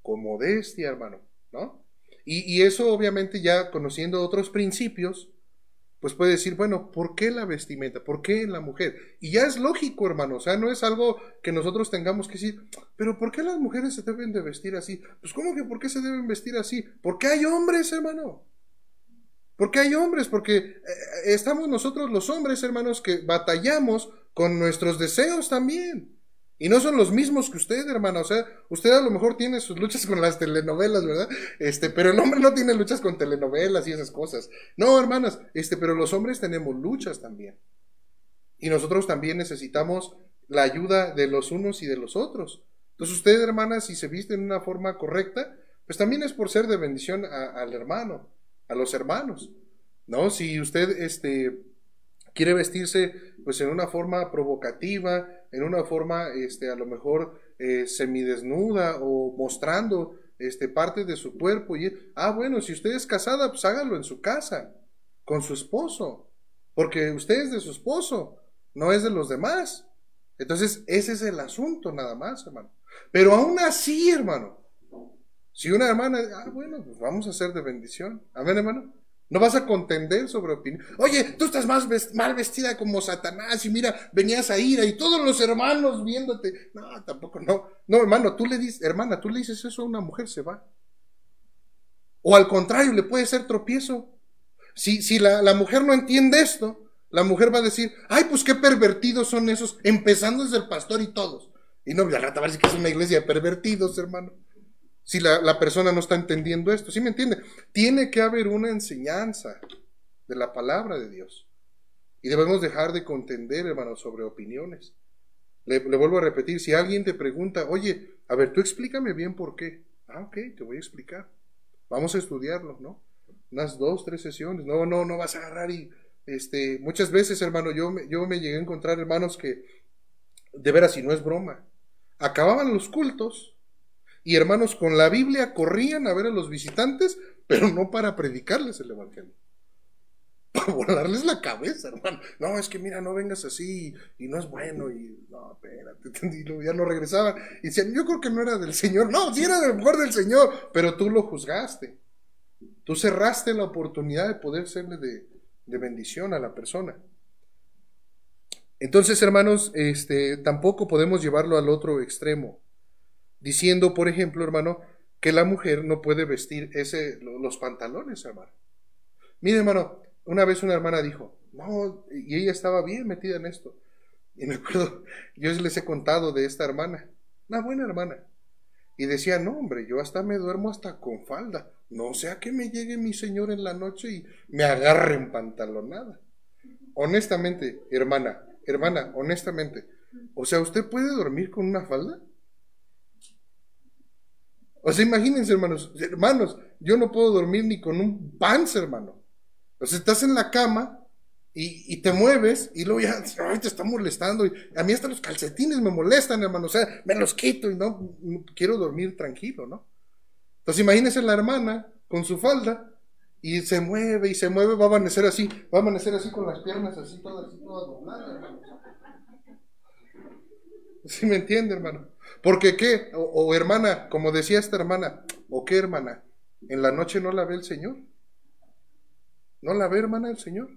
con modestia, hermano, ¿no? Y eso obviamente ya conociendo otros principios, pues puede decir, bueno, ¿por qué la vestimenta? ¿Por qué en la mujer? Y ya es lógico, hermano, o sea, no es algo que nosotros tengamos que decir, pero ¿por qué las mujeres se deben de vestir así? Pues ¿cómo que por qué se deben vestir así? Porque hay hombres, hermano. Porque hay hombres, porque estamos nosotros los hombres, hermanos, que batallamos con nuestros deseos también. Y no son los mismos que usted, hermano. O sea, usted a lo mejor tiene sus luchas con las telenovelas, ¿verdad? Pero el hombre no tiene luchas con telenovelas y esas cosas. No, hermanas, pero los hombres tenemos luchas también. Y nosotros también necesitamos la ayuda de los unos y de los otros. Entonces usted, hermana, si se viste en una forma correcta, pues también es por ser de bendición al hermano, a los hermanos, ¿no? Si usted, quiere vestirse, pues en una forma provocativa, en una forma, a lo mejor semidesnuda o mostrando, parte de su cuerpo, bueno, si usted es casada, pues hágalo en su casa, con su esposo, porque usted es de su esposo, no es de los demás. Entonces, ese es el asunto nada más, hermano. Pero aún así, hermano, si una hermana, bueno, pues vamos a ser de bendición. Amén, hermano. No vas a contender sobre opinión. Oye, tú estás mal vestida como Satanás y mira, venías a ira y todos los hermanos viéndote. No, tampoco, no. No, hermano, hermana, tú le dices eso a una mujer, se va. O al contrario, le puede ser tropiezo. Si la mujer no entiende esto, la mujer va a decir, ay, pues qué pervertidos son esos, empezando desde el pastor y todos. Y no, al rato va a decir que es una iglesia de pervertidos, hermano. Si la persona no está entendiendo esto, ¿sí me entiende? Tiene que haber una enseñanza de la palabra de Dios. Y debemos dejar de contender, hermano, sobre opiniones. Le vuelvo a repetir, si alguien te pregunta, oye, a ver, tú explícame bien por qué. Ok, te voy a explicar. Vamos a estudiarlo, ¿no? Unas 2, 3 sesiones. No vas a agarrar y, muchas veces, hermano, yo me llegué a encontrar hermanos que, de veras, y no es broma, acababan los cultos y hermanos con la Biblia corrían a ver a los visitantes, pero no para predicarles el evangelio, para volarles la cabeza, hermano. No, es que mira, no vengas así y no es bueno y no, espérate, y luego ya no regresaban y decían, yo creo que no era del Señor. No, sí era del mejor del Señor, pero tú lo juzgaste. Tú cerraste la oportunidad de poder serle de bendición a la persona. Entonces, hermanos, tampoco podemos llevarlo al otro extremo, diciendo, por ejemplo, hermano, que la mujer no puede vestir los pantalones, hermano. Mire, hermano, una vez una hermana dijo, no, y ella estaba bien metida en esto. Y me acuerdo, yo les he contado de esta hermana, una buena hermana. Y decía, no, hombre, yo hasta me duermo hasta con falda. No sea que me llegue mi señor en la noche y me agarre en pantalonada. Honestamente, hermana, honestamente, o sea, ¿usted puede dormir con una falda? O sea, imagínense, hermanos, yo no puedo dormir ni con un pants, hermano. O sea, estás en la cama y te mueves y luego ya ay, te está molestando. Y a mí hasta los calcetines me molestan, hermano. O sea, me los quito y no quiero dormir tranquilo, ¿no? Entonces imagínense la hermana con su falda y se mueve, va a amanecer así con las piernas así todas dobladas, hermano. ¿Sí me entiende, hermano? Porque qué, o hermana, como decía esta hermana, o qué hermana, en la noche no la ve el Señor. ¿No la ve, hermana, el Señor?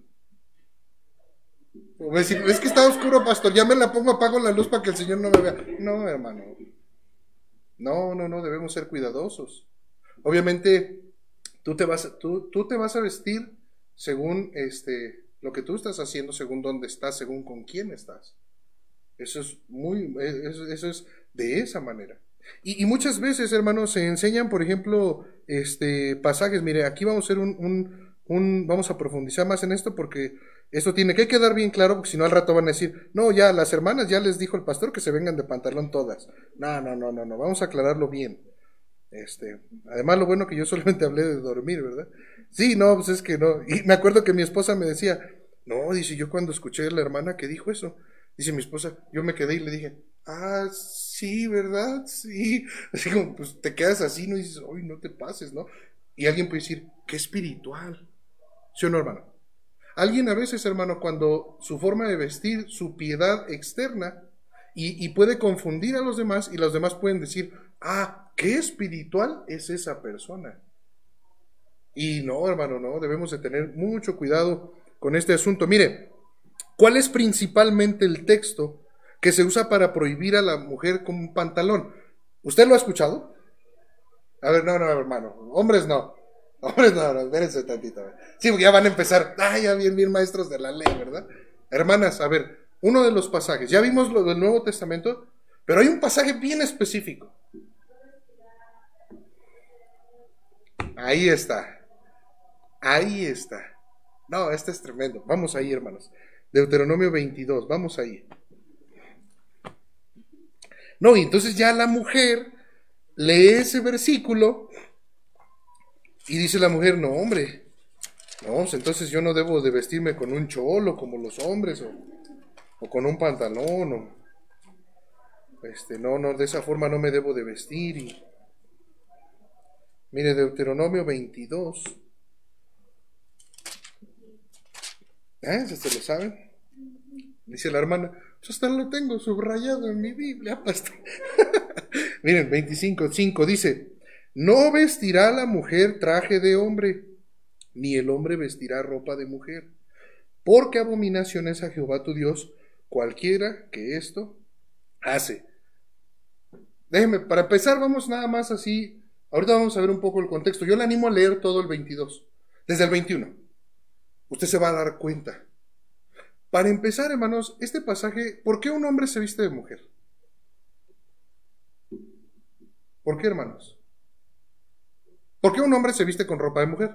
O decir, es que está oscuro, pastor, ya me la pongo, apago la luz para que el Señor no me vea. No, hermano. No, debemos ser cuidadosos. Obviamente, tú te vas a vestir según lo que tú estás haciendo, según dónde estás, según con quién estás. Eso es de esa manera. Y muchas veces, hermanos, se enseñan, por ejemplo, pasajes. Mire, aquí vamos a hacer vamos a profundizar más en esto porque esto tiene que quedar bien claro, porque si no al rato van a decir, no, ya las hermanas ya les dijo el pastor que se vengan de pantalón todas. No, vamos a aclararlo bien. Además lo bueno que yo solamente hablé de dormir, ¿verdad? Sí, no, pues es que no. Y me acuerdo que mi esposa me decía, no, dice, yo cuando escuché a la hermana que dijo eso, dice mi esposa, yo me quedé y le dije, sí, ¿verdad? Sí. Así como, pues te quedas así, no dices, uy, no te pases, ¿no? Y alguien puede decir, qué espiritual. ¿Sí o no, hermano? Alguien a veces, hermano, cuando su forma de vestir, su piedad externa, y puede confundir a los demás, y los demás pueden decir, ¿Qué espiritual es esa persona? Y no, hermano, no, debemos de tener mucho cuidado con este asunto. Mire, ¿cuál es principalmente el texto que se usa para prohibir a la mujer con un pantalón? ¿Usted lo ha escuchado? A ver, no, hermano, hombres no, espérense tantito. Sí, porque ya van a empezar, ya bien maestros de la ley, ¿verdad? Hermanas, a ver, uno de los pasajes, ya vimos lo del Nuevo Testamento, pero hay un pasaje bien específico. Ahí está. No, este es tremendo. Vamos ahí, hermanos. Deuteronomio 22, vamos ahí. No, y entonces ya la mujer lee ese versículo y dice la mujer, no, hombre, no, pues entonces yo no debo de vestirme con un cholo como los hombres o con un pantalón no, de esa forma no me debo de vestir. Y mire, Deuteronomio 22. ¿Se lo saben? Dice la hermana, yo hasta lo tengo subrayado en mi Biblia, pastor. Miren, 25:5 dice, no vestirá la mujer traje de hombre, ni el hombre vestirá ropa de mujer, porque abominación es a Jehová tu Dios, cualquiera que esto hace. Déjeme, para empezar, vamos nada más así, ahorita vamos a ver un poco el contexto. Yo le animo a leer todo el 22, desde el 21. Usted se va a dar cuenta. Para empezar, hermanos, este pasaje, ¿por qué un hombre se viste de mujer? ¿Por qué, hermanos? ¿Por qué un hombre se viste con ropa de mujer?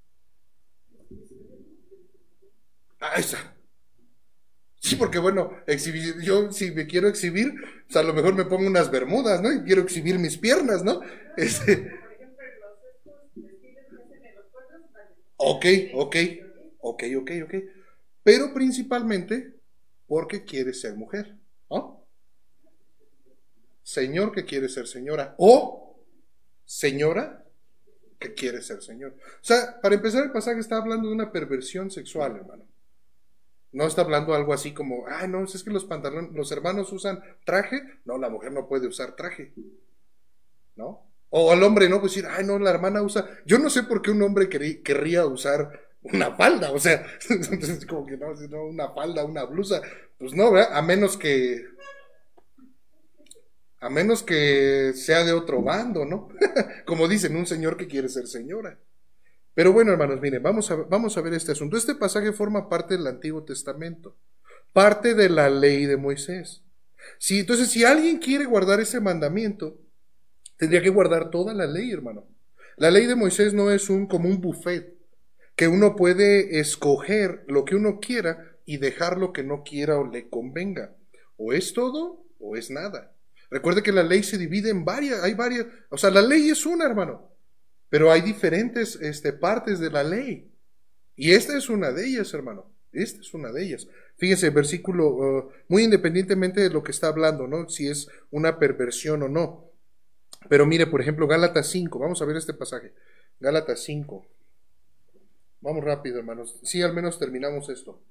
Ahí está. Sí, porque bueno, yo si me quiero exhibir, pues a lo mejor me pongo unas bermudas, ¿no? Y quiero exhibir mis piernas, ¿no? Ok. Pero principalmente porque quiere ser mujer, ¿no? Señor que quiere ser señora o señora que quiere ser señor. O sea, para empezar el pasaje está hablando de una perversión sexual, hermano. No está hablando algo así como, no, es que los hermanos usan traje, no, la mujer no puede usar traje, ¿no? O al hombre, ¿no? Pues decir, no, la hermana usa, yo no sé por qué un hombre querría usar una falda, o sea, como que no, una falda, una blusa, pues no, ¿verdad? A menos que sea de otro bando, ¿no? Como dicen, un señor que quiere ser señora. Pero bueno, hermanos, miren, vamos a ver este asunto. Este pasaje forma parte del Antiguo Testamento, parte de la ley de Moisés. Sí, entonces, si alguien quiere guardar ese mandamiento, tendría que guardar toda la ley, hermano. La ley de Moisés no es como un buffet, que uno puede escoger lo que uno quiera y dejar lo que no quiera o le convenga. O es todo o es nada. Recuerde que la ley se divide en hay varias, o sea, la ley es una, hermano. Pero hay diferentes partes de la ley. Y esta es una de ellas, hermano. Esta es una de ellas. Fíjense, versículo, muy independientemente de lo que está hablando, ¿no? Si es una perversión o no. Pero mire, por ejemplo, Gálatas 5. Vamos a ver este pasaje. Gálatas 5. Vamos rápido, hermanos. Sí, al menos terminamos esto.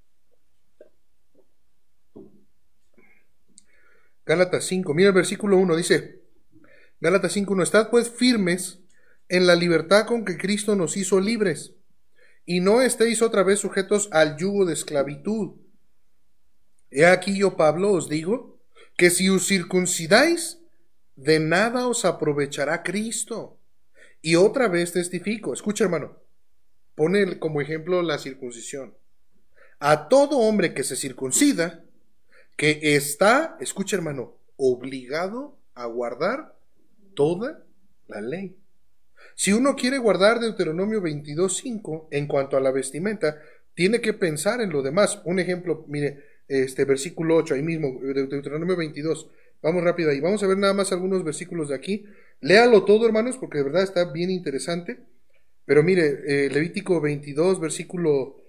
Gálatas 5. Mira el versículo 1. Dice, Gálatas 5:1. Estad pues firmes en la libertad con que Cristo nos hizo libres, y no estéis otra vez sujetos al yugo de esclavitud. He aquí yo, Pablo, os digo, que si os circuncidáis, de nada os aprovechará Cristo. Y otra vez testifico, escucha, hermano, pone como ejemplo la circuncisión. A todo hombre que se circuncida, que está, escucha, hermano, obligado a guardar toda la ley. Si uno quiere guardar Deuteronomio 22:5 en cuanto a la vestimenta, tiene que pensar en lo demás. Un ejemplo, mire, versículo 8, ahí mismo, Deuteronomio 22. Vamos rápido ahí. Vamos a ver nada más algunos versículos de aquí. Léalo todo, hermanos, porque de verdad está bien interesante. Pero mire, Levítico 22, versículo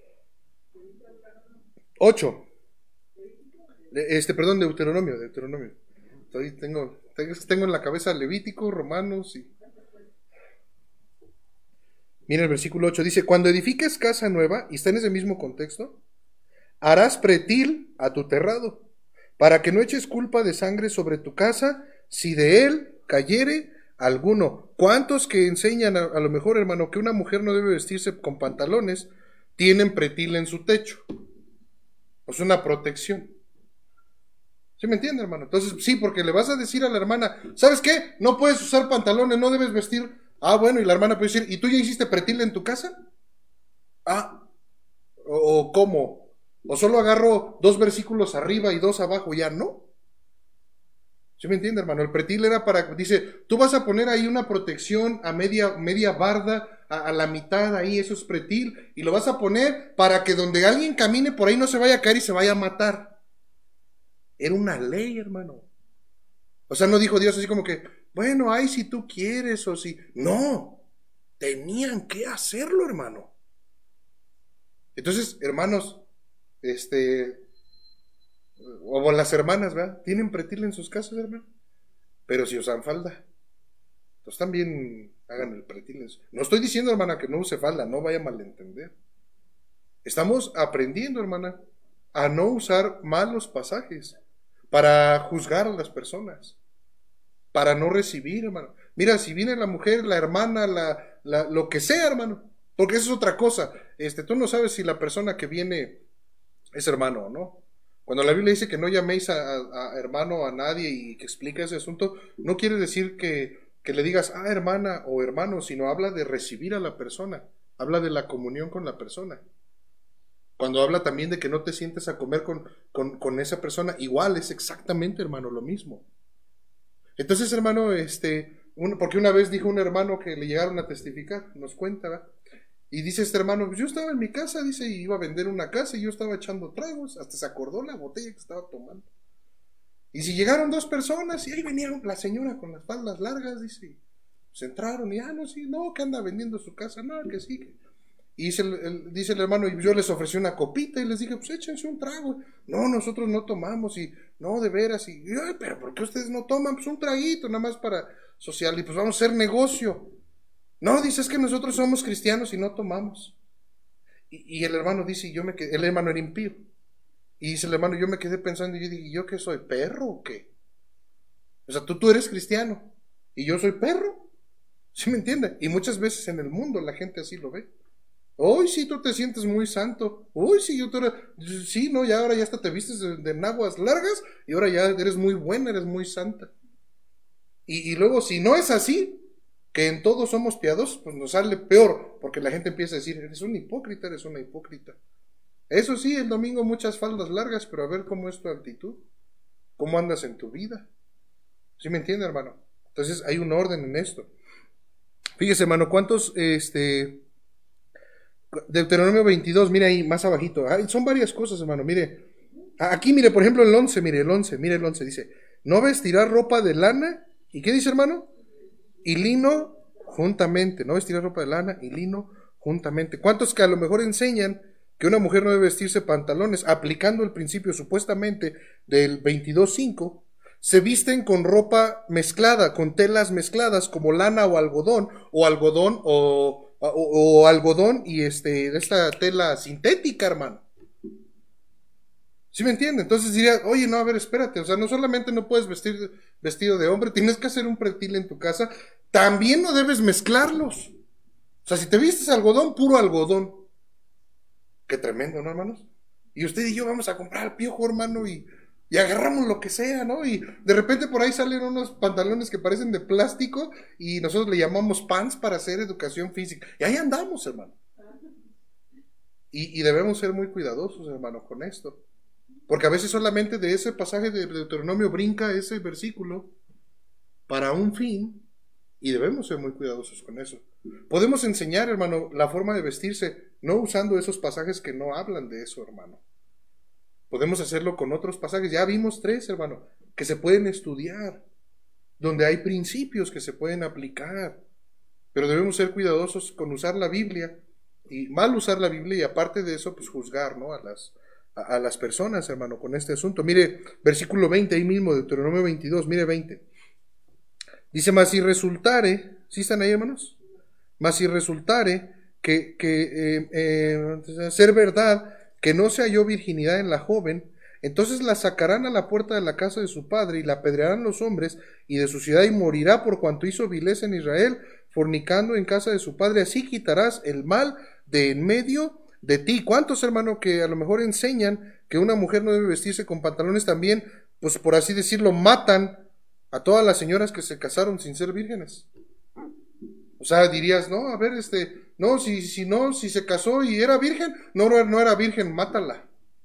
8. Deuteronomio. Tengo en la cabeza Levítico, Romanos y... Mira el versículo 8, dice, cuando edifiques casa nueva, y está en ese mismo contexto, harás pretil a tu terrado, para que no eches culpa de sangre sobre tu casa, si de él cayere alguno. ¿Cuántos que enseñan a lo mejor, hermano, que una mujer no debe vestirse con pantalones, tienen pretil en su techo? Es una protección. ¿Sí me entiende, hermano? Entonces, sí, porque le vas a decir a la hermana, ¿sabes qué? No puedes usar pantalones, no debes vestir. Ah, bueno, y la hermana puede decir, ¿y tú ya hiciste pretil en tu casa? Ah, o ¿cómo? ¿O solo agarro 2 versículos arriba y 2 abajo? Ya no. ¿Sí me entiende, hermano? El pretil era para, dice, tú vas a poner ahí una protección a media barda, a la mitad ahí, eso es pretil, y lo vas a poner para que donde alguien camine por ahí no se vaya a caer y se vaya a matar. Era una ley, hermano. O sea, no dijo Dios así como que, bueno, ay, si tú quieres o si... No, tenían que hacerlo, hermano. Entonces, hermanos, o las hermanas, ¿verdad? Tienen pretil en sus casas, hermano. Pero si usan falda, pues también hagan el pretil. No estoy diciendo, hermana, que no use falda, no vaya a malentender. Estamos aprendiendo, hermana, a no usar malos pasajes para juzgar a las personas, para no recibir, hermano. Mira, si viene la mujer, la hermana, lo que sea, hermano, porque eso es otra cosa. Tú no sabes si la persona que viene es hermano o no. Cuando la Biblia dice que no llaméis a hermano a nadie y que explica ese asunto, no quiere decir que le digas, hermana o hermano, sino habla de recibir a la persona, habla de la comunión con la persona. Cuando habla también de que no te sientes a comer con esa persona, igual es exactamente, hermano, lo mismo. Entonces, hermano, porque una vez dijo un hermano que le llegaron a testificar, nos cuenta, ¿verdad? Y dice este hermano, pues yo estaba en mi casa, dice, y iba a vender una casa y yo estaba echando tragos, hasta se acordó la botella que estaba tomando. Y si llegaron 2 personas y ahí venía la señora con las faldas largas, dice, se entraron y, no, sí, no, que anda vendiendo su casa, no, que sí, que... Y dice el hermano, y yo les ofrecí una copita y les dije, pues échense un trago. No, nosotros no tomamos, y no, de veras, y pero ¿por qué ustedes no toman? Pues un traguito, nada más para social, y pues vamos a hacer negocio. No, dice, es que nosotros somos cristianos y no tomamos. Y el hermano dice, el hermano era impío. Y dice el hermano, yo me quedé pensando, y yo dije, ¿yo qué soy, perro o qué? O sea, tú eres cristiano, y yo soy perro. ¿Sí me entiende? Y muchas veces en el mundo la gente así lo ve. Uy, sí, tú te sientes muy santo. Uy, sí, sí, no, ya ahora ya hasta te vistes de naguas largas y ahora ya eres muy buena, eres muy santa. Y luego, si no es así, que en todos somos piadosos, pues nos sale peor, porque la gente empieza a decir, eres un hipócrita, eres una hipócrita. Eso sí, el domingo muchas faldas largas, pero a ver cómo es tu actitud, cómo andas en tu vida. ¿Sí me entiende, hermano? Entonces hay un orden en esto. Fíjese, hermano, ¿cuántos, Deuteronomio 22, mire ahí, más abajito. Son varias cosas, hermano, mire. Aquí, mire, por ejemplo, el 11, mire el 11, dice, no vestirás ropa de lana, ¿y qué dice, hermano? Y lino juntamente, no vestirás ropa de lana y lino juntamente. ¿Cuántos que a lo mejor enseñan que una mujer no debe vestirse pantalones, aplicando el principio supuestamente del 22.5, se visten con ropa mezclada, con telas mezcladas, como lana o algodón algodón y esta tela sintética, hermano? ¿Sí me entiende? Entonces diría, oye, no, a ver, espérate, o sea, no solamente no puedes vestir vestido de hombre, tienes que hacer un pretil en tu casa, también no debes mezclarlos. O sea, si te vistes algodón, puro algodón. Qué tremendo, ¿no, hermanos? Y usted y yo vamos a comprar al Piojo, hermano, y agarramos lo que sea, ¿no? Y de repente por ahí salen unos pantalones que parecen de plástico y nosotros le llamamos pants para hacer educación física. Y ahí andamos, hermano. Y debemos ser muy cuidadosos, hermano, con esto. Porque a veces solamente de ese pasaje de Deuteronomio brinca ese versículo para un fin y debemos ser muy cuidadosos con eso. Podemos enseñar, hermano, la forma de vestirse no usando esos pasajes que no hablan de eso, hermano. Podemos hacerlo con otros pasajes. Ya vimos 3, hermano, que se pueden estudiar, donde hay principios que se pueden aplicar. Pero debemos ser cuidadosos con usar la Biblia y mal usar la Biblia y aparte de eso, pues juzgar, ¿no? A las personas, hermano, con este asunto. Mire, versículo 20, ahí mismo, Deuteronomio 22, mire 20. Dice, mas si resultare, ¿sí están ahí, hermanos? Mas si resultare que ser verdad que no se halló virginidad en la joven, Entonces la sacarán a la puerta de la casa de su padre y la apedrearán los hombres y de su ciudad y morirá por cuanto hizo vileza en Israel, fornicando en casa de su padre. Así quitarás el mal de en medio de ti. ¿Cuántos, hermano, que a lo mejor enseñan que una mujer no debe vestirse con pantalones también, pues por así decirlo, matan a todas las señoras que se casaron sin ser vírgenes? O sea, dirías, no, a ver, no, si se casó y era virgen, no era virgen, mátala.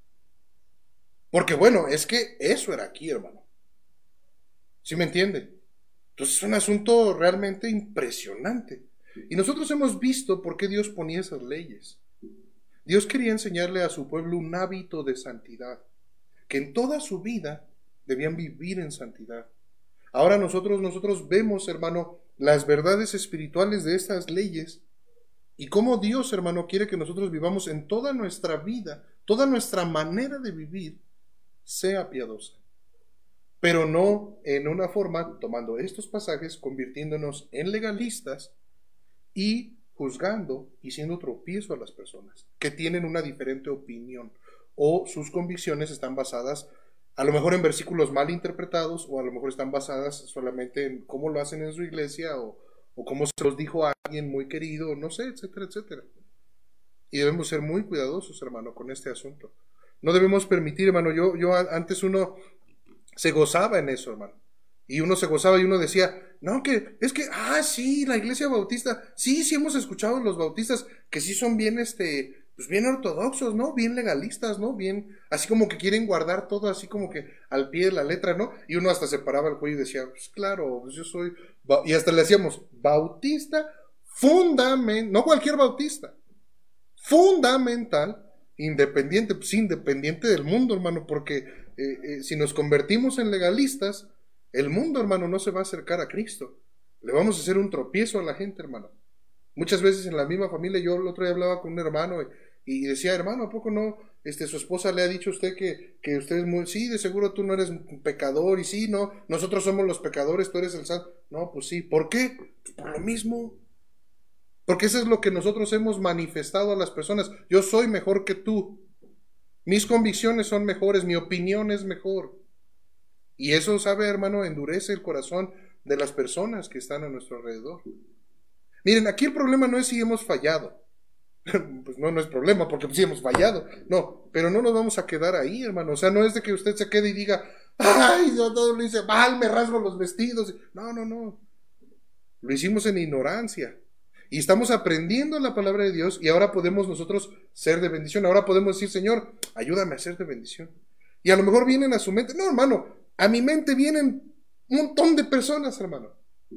Porque bueno, es que eso era aquí, hermano. ¿Sí me entiende? Entonces es un asunto realmente impresionante. Y nosotros hemos visto por qué Dios ponía esas leyes. Dios quería enseñarle a su pueblo un hábito de santidad, que en toda su vida debían vivir en santidad. Ahora nosotros vemos, hermano, las verdades espirituales de estas leyes y cómo Dios, hermano, quiere que nosotros vivamos en toda nuestra vida, toda nuestra manera de vivir sea piadosa, pero no en una forma tomando estos pasajes, convirtiéndonos en legalistas y juzgando y siendo tropiezo a las personas que tienen una diferente opinión o sus convicciones están basadas a lo mejor en versículos mal interpretados o a lo mejor están basadas solamente en cómo lo hacen en su iglesia o cómo se los dijo a alguien muy querido, no sé, etcétera, etcétera. Y debemos ser muy cuidadosos, hermano, con este asunto. No debemos permitir, hermano, yo antes uno se gozaba en eso, hermano. Y uno se gozaba y uno decía, no, sí, la iglesia bautista, sí hemos escuchado los bautistas que sí son bien, pues bien ortodoxos, ¿no? Bien legalistas, ¿no? Bien, así como que quieren guardar todo así como que al pie de la letra, ¿no? Y uno hasta se paraba el cuello y decía, pues claro, pues yo soy, y hasta le decíamos, bautista fundamental, no cualquier bautista, fundamental, independiente, pues independiente del mundo, hermano, porque si nos convertimos en legalistas, el mundo, hermano, no se va a acercar a Cristo. Le vamos a hacer un tropiezo a la gente, hermano. Muchas veces en la misma familia, yo el otro día hablaba con un hermano y decía, hermano, ¿a poco no? Su esposa le ha dicho a usted que usted es muy, sí, de seguro tú no eres un pecador, y sí, no, nosotros somos los pecadores, tú eres el santo. No, pues sí, ¿por qué? Pues por lo mismo. Porque eso es lo que nosotros hemos manifestado a las personas. Yo soy mejor que tú. Mis convicciones son mejores, mi opinión es mejor. Y eso, sabe, hermano, endurece el corazón de las personas que están a nuestro alrededor. Miren, aquí el problema no es si hemos fallado. Pues no es problema, porque sí hemos fallado. No, pero no nos vamos a quedar ahí, hermano. O sea, no es de que usted se quede y diga, ay, yo todo lo hice mal, me rasgo los vestidos. No. Lo hicimos en ignorancia. Y estamos aprendiendo la palabra de Dios y ahora podemos nosotros ser de bendición. Ahora podemos decir, Señor, ayúdame a ser de bendición. Y a lo mejor vienen a su mente, no, hermano, a mi mente vienen un montón de personas, hermano,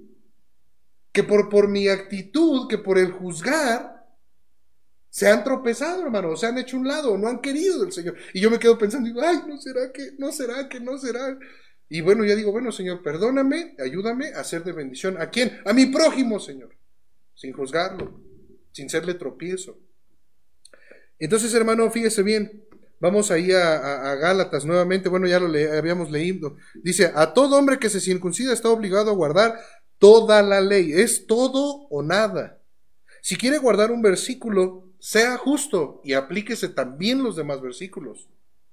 que por mi actitud, que por el juzgar, se han tropezado, hermano, o se han hecho un lado, o no han querido del Señor. Y yo me quedo pensando, digo, ay, no será. Y bueno, ya digo, bueno, Señor, perdóname, ayúdame a ser de bendición. ¿A quién? A mi prójimo, Señor. Sin juzgarlo, sin serle tropiezo. Entonces, hermano, fíjese bien, vamos ahí a Gálatas nuevamente, bueno, ya lo habíamos leído. Dice, a todo hombre que se circuncida está obligado a guardar toda la ley, es todo o nada. Si quiere guardar un versículo, sea justo y aplíquese también los demás versículos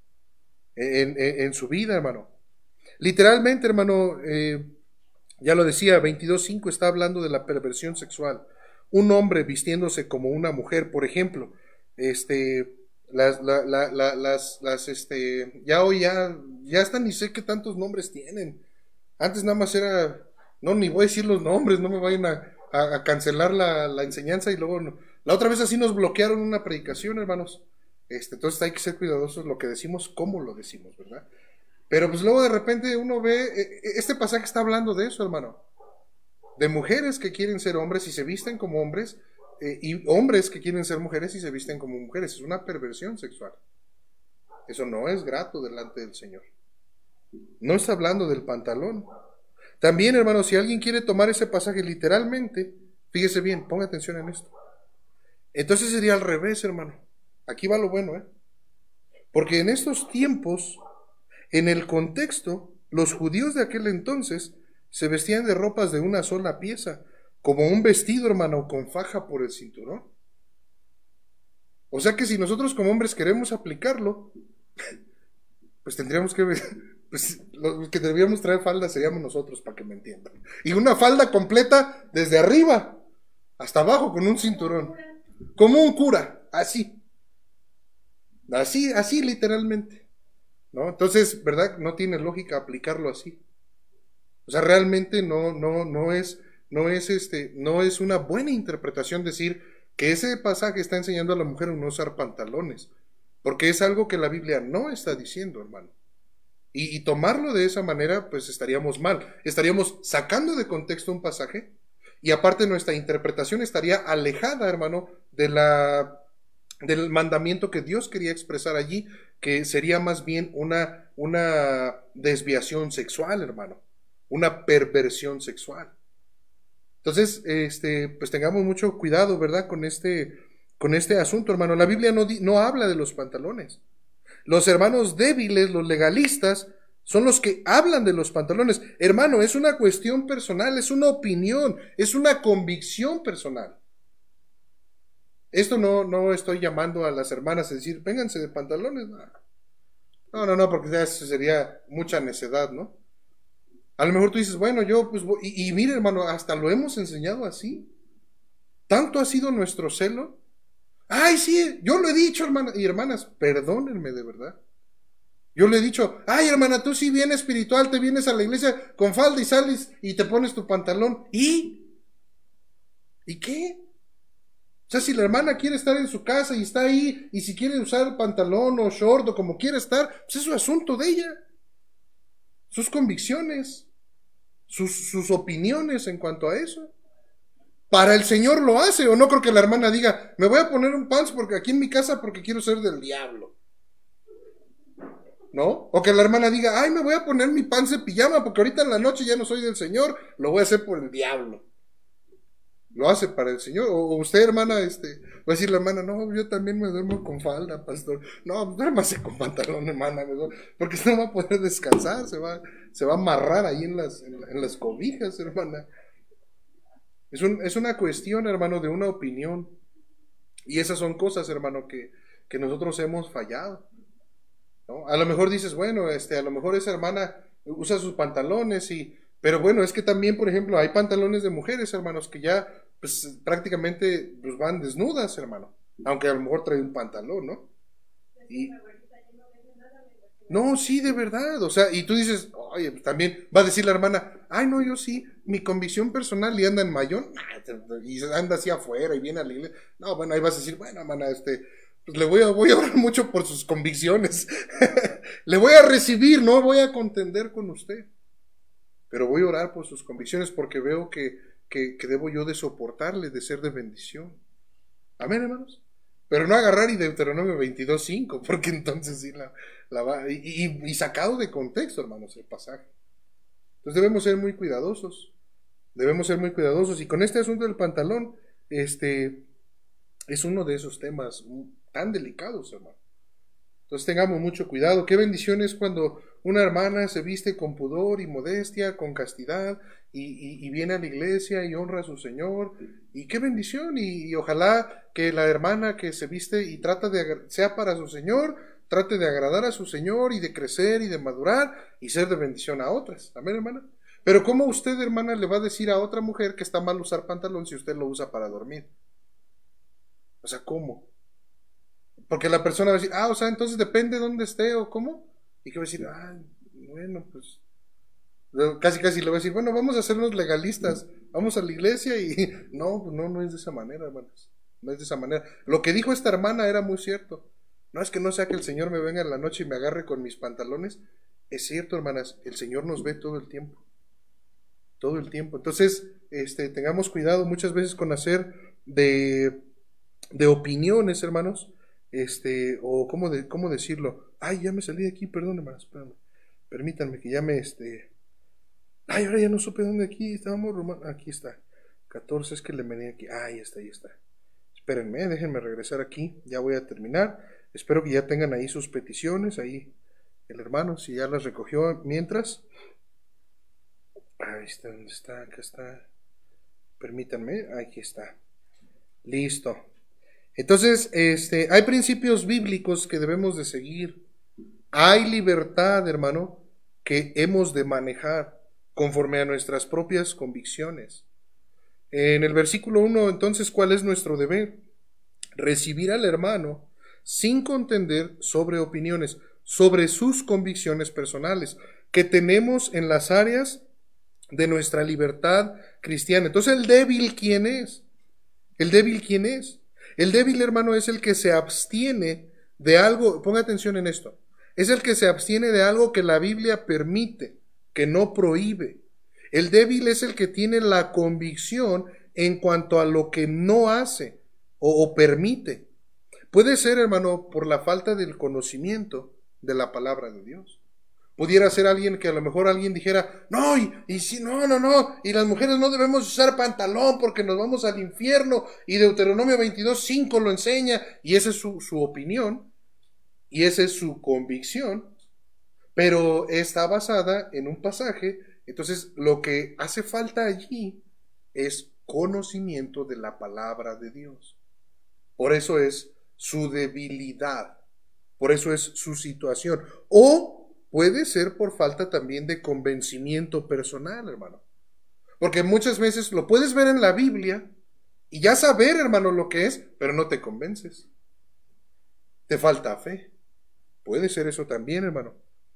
en su vida, hermano. Literalmente, hermano, ya lo decía, 22:5 está hablando de la perversión sexual. Un hombre vistiéndose como una mujer, por ejemplo, ya hoy ya están, ni sé qué tantos nombres tienen. Antes nada más era, no, ni voy a decir los nombres, no me vayan a cancelar la enseñanza y luego no. La otra vez así nos bloquearon una predicación, hermanos. Entonces hay que ser cuidadosos lo que decimos, cómo lo decimos, ¿verdad? Pero pues luego de repente uno ve, este pasaje está hablando de eso, hermano. De mujeres que quieren ser hombres y se visten como hombres, y hombres que quieren ser mujeres y se visten como mujeres. Es una perversión sexual. Eso no es grato delante del Señor. No está hablando del pantalón. También, hermano, si alguien quiere tomar ese pasaje literalmente, fíjese bien, ponga atención en esto. Entonces sería al revés, hermano. Aquí va lo bueno, porque en estos tiempos, en el contexto, los judíos de aquel entonces se vestían de ropas de una sola pieza, como un vestido, hermano, con faja por el cinturón. O sea que si nosotros como hombres queremos aplicarlo, pues tendríamos que, pues los que deberíamos traer falda seríamos nosotros, para que me entiendan. Y una falda completa desde arriba hasta abajo con un cinturón, como un cura, así, así literalmente, ¿no? Entonces, ¿verdad? No tiene lógica aplicarlo así. O sea, realmente no es una buena interpretación decir que ese pasaje está enseñando a la mujer a no usar pantalones, porque es algo que la Biblia no está diciendo, hermano. Y tomarlo de esa manera, pues estaríamos mal. Estaríamos sacando de contexto un pasaje y aparte nuestra interpretación estaría alejada, hermano, del mandamiento que Dios quería expresar allí, que sería más bien una desviación sexual, hermano, una perversión sexual. Entonces, pues tengamos mucho cuidado, ¿verdad? Con este asunto, hermano. La Biblia no habla de los pantalones. Los hermanos débiles, los legalistas, son los que hablan de los pantalones. Hermano, es una cuestión personal, es una opinión, es una convicción personal. Esto no estoy llamando a las hermanas a decir, vénganse de pantalones. No, porque eso sería mucha necedad, ¿no? A lo mejor tú dices, bueno, yo pues, y mire, hermano, hasta lo hemos enseñado así. Tanto ha sido nuestro celo. Ay, sí, yo lo he dicho, hermanas y hermanas, perdónenme de verdad. Yo le he dicho, ay, hermana, tú sí bien espiritual, te vienes a la iglesia con falda y sales y te pones tu pantalón. ¿Y qué? O sea, si la hermana quiere estar en su casa y está ahí, y si quiere usar pantalón o short o como quiera estar, pues es su asunto de ella. Sus convicciones, sus opiniones en cuanto a eso. Para el Señor lo hace, o no creo que la hermana diga, me voy a poner un pants porque aquí en mi casa porque quiero ser del diablo. ¿No? O que la hermana diga, ay, me voy a poner mi pants de pijama porque ahorita en la noche ya no soy del Señor, lo voy a hacer por el diablo. Lo hace para el Señor. O usted, hermana, va a decir la hermana, no, yo también me duermo con falda, pastor. No, duérmase con pantalón, hermana, porque usted no va a poder descansar, se va a amarrar ahí en las cobijas, hermana. Es una cuestión, hermano, de una opinión. Y esas son cosas, hermano, que nosotros hemos fallado, ¿no? A lo mejor dices, bueno, a lo mejor esa hermana usa sus pantalones pero bueno, es que también, por ejemplo, hay pantalones de mujeres, hermanos, que ya, pues, prácticamente, pues, van desnudas, hermano, aunque a lo mejor trae un pantalón, ¿no? Y, no, sí, de verdad, o sea, y tú dices, oye, pues también va a decir la hermana, ay, no, yo sí, mi convicción personal y anda en mayón, y anda así afuera y viene a la iglesia, no, bueno, ahí vas a decir, bueno, hermana, pues le voy a orar mucho por sus convicciones, le voy a recibir, no voy a contender con usted, pero voy a orar por sus convicciones porque veo que debo yo de soportarle, de ser de bendición. Amén, hermanos. Pero no agarrar y Deuteronomio 22:5, porque entonces sí la va, y sacado de contexto, hermanos, el pasaje. Entonces debemos ser muy cuidadosos, y con este asunto del pantalón, es uno de esos temas tan delicados, hermano. Entonces tengamos mucho cuidado. Qué bendición es cuando una hermana se viste con pudor y modestia, con castidad, y viene a la iglesia y honra a su Señor. Y qué bendición. Y ojalá que la hermana que se viste y sea para su Señor, trate de agradar a su Señor y de crecer y de madurar y ser de bendición a otras. Amén, hermana. Pero ¿cómo usted, hermana, le va a decir a otra mujer que está mal usar pantalón si usted lo usa para dormir? O sea, ¿cómo? Porque la persona va a decir, o sea, entonces depende de dónde esté o cómo. Y que va a decir, bueno, pues casi le va a decir, bueno, vamos a hacernos legalistas, vamos a la iglesia y no, pues no es de esa manera, hermanos. No es de esa manera. Lo que dijo esta hermana era muy cierto. No es que no sea que el Señor me venga en la noche y me agarre con mis pantalones. Es cierto, hermanas, el Señor nos ve todo el tiempo. Todo el tiempo. Entonces, tengamos cuidado muchas veces con hacer de opiniones, hermanos. O cómo decirlo. Ay, ya me salí de aquí, perdón, hermanos, espérame. Permítanme que ya ay, ahora ya no supe dónde aquí estábamos, aquí está. 14 es que le venía aquí. Ahí está. Espérenme, déjenme regresar aquí. Ya voy a terminar. Espero que ya tengan ahí sus peticiones. Ahí el hermano, si ya las recogió mientras. Ahí está, ¿dónde está? Acá está. Permítanme, aquí está. Listo. Entonces, hay principios bíblicos que debemos de seguir hay libertad, hermano, que hemos de manejar conforme a nuestras propias convicciones. En el versículo 1, entonces, ¿cuál es nuestro deber? Recibir al hermano sin contender sobre opiniones, sobre sus convicciones personales que tenemos en las áreas de nuestra libertad cristiana. Entonces, ¿el débil quién es? ¿El débil quién es? El débil, hermano, es el que se abstiene de algo, ponga atención en esto, es el que se abstiene de algo que la Biblia permite, que no prohíbe. El débil es el que tiene la convicción en cuanto a lo que no hace o permite. Puede ser, hermano, por la falta del conocimiento de la palabra de Dios. Pudiera ser alguien que a lo mejor alguien dijera, no, y si no, y las mujeres no debemos usar pantalón porque nos vamos al infierno, y Deuteronomio 22:5 lo enseña, y esa es su opinión, y esa es su convicción, pero está basada en un pasaje. Entonces lo que hace falta allí es conocimiento de la palabra de Dios. Por eso es su debilidad, por eso es su situación, o puede ser por falta también de convencimiento personal, hermano. Porque muchas veces lo puedes ver en la Biblia y ya saber, hermano, lo que es, pero no te convences. Te falta fe. Puede ser eso también, hermano.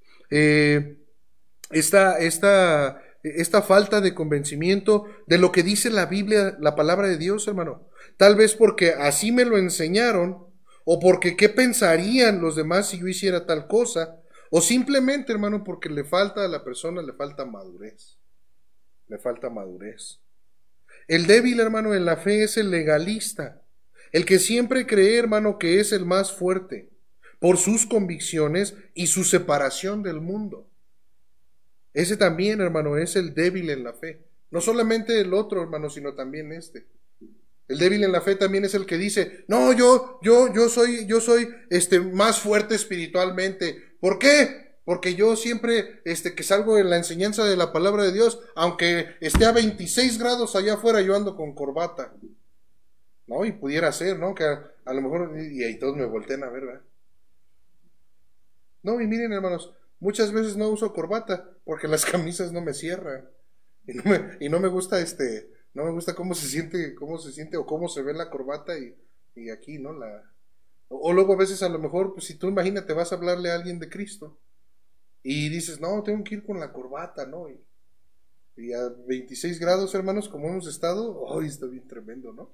Esta falta de convencimiento de lo que dice la Biblia, la palabra de Dios, hermano. Tal vez porque así me lo enseñaron, o porque qué pensarían los demás si yo hiciera tal cosa. O simplemente, hermano, porque le falta a la persona, le falta madurez. Le falta madurez. El débil, hermano, en la fe es el legalista. El que siempre cree, hermano, que es el más fuerte por sus convicciones y su separación del mundo. Ese también, hermano, es el débil en la fe. No solamente el otro, hermano, sino también este. El débil en la fe también es el que dice, no, yo soy más fuerte espiritualmente. ¿Por qué? Porque yo siempre, que salgo en la enseñanza de la palabra de Dios, aunque esté a 26 grados allá afuera, yo ando con corbata. No, y pudiera ser, ¿no? Que a lo mejor, y ahí todos me voltean a ver, ¿verdad? No, y miren, hermanos, muchas veces no uso corbata porque las camisas no me cierran. Y no me gusta no me gusta cómo se siente o cómo se ve la corbata y aquí, ¿no? O luego a veces a lo mejor, pues si tú imagínate, vas a hablarle a alguien de Cristo y dices, no, tengo que ir con la corbata, ¿no? Y a 26 grados, hermanos, como hemos estado, ¡ay, está bien tremendo!, ¿no?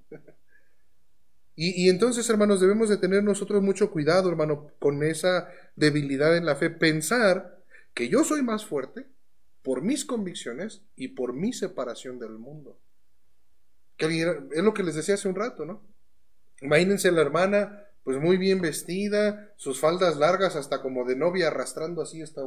Y entonces, hermanos, debemos de tener nosotros mucho cuidado, hermano, con esa debilidad en la fe. Pensar que yo soy más fuerte por mis convicciones y por mi separación del mundo. Que es lo que les decía hace un rato, ¿no? Imagínense la hermana, pues muy bien vestida, sus faldas largas hasta como de novia, arrastrando así hasta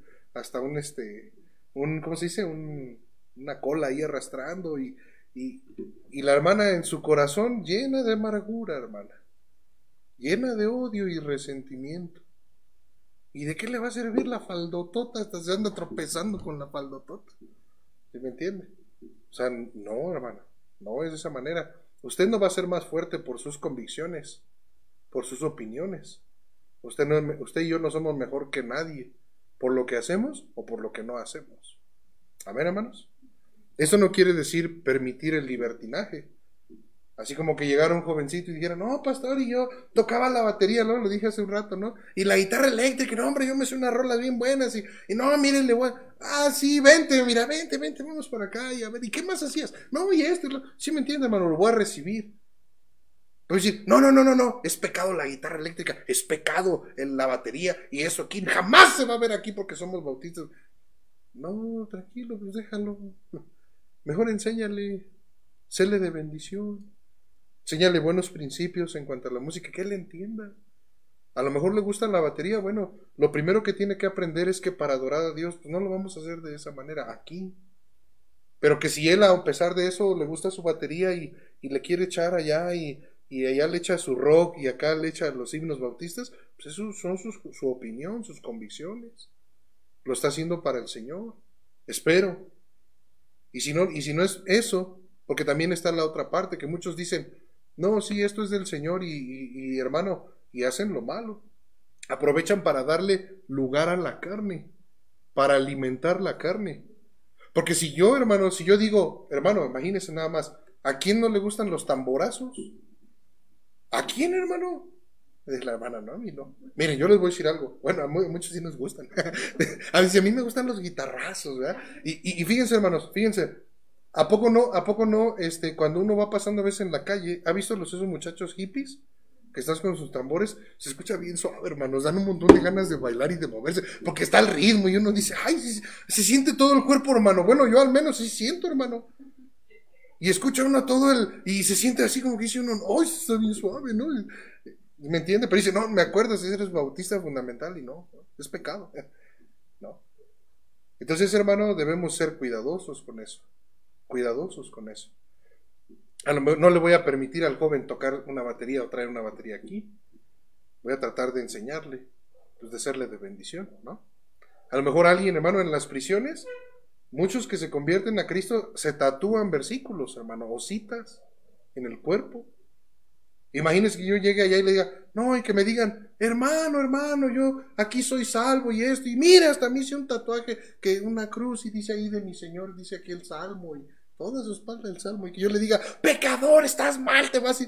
¿cómo se dice? Una cola ahí arrastrando y la hermana en su corazón llena de amargura, hermana, llena de odio y resentimiento. ¿Y de qué le va a servir la faldotota? Hasta se anda tropezando con la faldotota. ¿Sí me entiende? O sea, no, hermana, no es de esa manera. Usted no va a ser más fuerte por sus convicciones, por sus opiniones. Usted y yo no somos mejor que nadie por lo que hacemos o por lo que no hacemos. Amén, hermanos. Eso no quiere decir permitir el libertinaje. Así como que llegara un jovencito y dijera, no, pastor, y yo tocaba la batería, ¿no? Lo dije hace un rato, ¿no? Y la guitarra eléctrica, no, hombre, yo me sé unas rolas bien buenas, y no, mírenle, sí, vente, vamos por acá, y a ver, ¿y qué más hacías? No, y sí me entiende, hermano, lo voy a recibir. Pero decir, no, es pecado la guitarra eléctrica, es pecado en la batería, y eso aquí jamás se va a ver aquí porque somos bautistas. No, tranquilo, pues déjalo. Mejor enséñale, séle de bendición. Enséñale buenos principios en cuanto a la música, que él entienda. A lo mejor le gusta la batería, bueno, lo primero que tiene que aprender es que para adorar a Dios, pues no lo vamos a hacer de esa manera aquí. Pero que si él, a pesar de eso, le gusta su batería y le quiere echar allá y allá le echa su rock y acá le echa los himnos bautistas, pues eso son su opinión, sus convicciones. Lo está haciendo para el Señor, espero. Y si no es eso, porque también está la otra parte, que muchos dicen, no, sí, esto es del Señor y hermano, y hacen lo malo. aprovechan para darle lugar a la carne, para alimentar la carne. Porque si yo, hermano, si yo digo, hermano, imagínese nada más, ¿a quién no le gustan los tamborazos? ¿A quién, hermano? Es la hermana, no, a mí no. Miren, yo les voy a decir algo. Bueno, a muchos sí nos gustan. A mí me gustan los guitarrazos, ¿verdad? Y fíjense, hermanos, fíjense. ¿A poco no, cuando uno va pasando a veces en la calle, ¿ha visto esos muchachos hippies? Que estás con sus tambores, se escucha bien suave, hermanos, dan un montón de ganas de bailar y de moverse, porque está el ritmo y uno dice, ay, se siente todo el cuerpo, hermano. Bueno, yo al menos sí siento, hermano. Y escucha uno y se siente así como que dice uno, ay, está bien suave, ¿no? ¿Me entiende? Pero dice, no, me acuerdo si eres bautista fundamental y no, es pecado, ¿no? Entonces, hermano, debemos ser cuidadosos con eso, cuidadosos con eso. A lo mejor no le voy a permitir al joven tocar una batería o traer una batería aquí. Voy a tratar de enseñarle, pues de serle de bendición, ¿no? A lo mejor alguien, hermano, en las prisiones, muchos que se convierten a Cristo se tatúan versículos, hermano, o citas en el cuerpo. Imagínense que yo llegue allá y le diga, no, y que me digan, hermano, yo aquí soy salvo y esto, y mira, hasta me hice un tatuaje, que una cruz y dice ahí de mi Señor, dice aquí el Salmo, y toda su espalda el Salmo, y que yo le diga, pecador, estás mal, te vas a ir.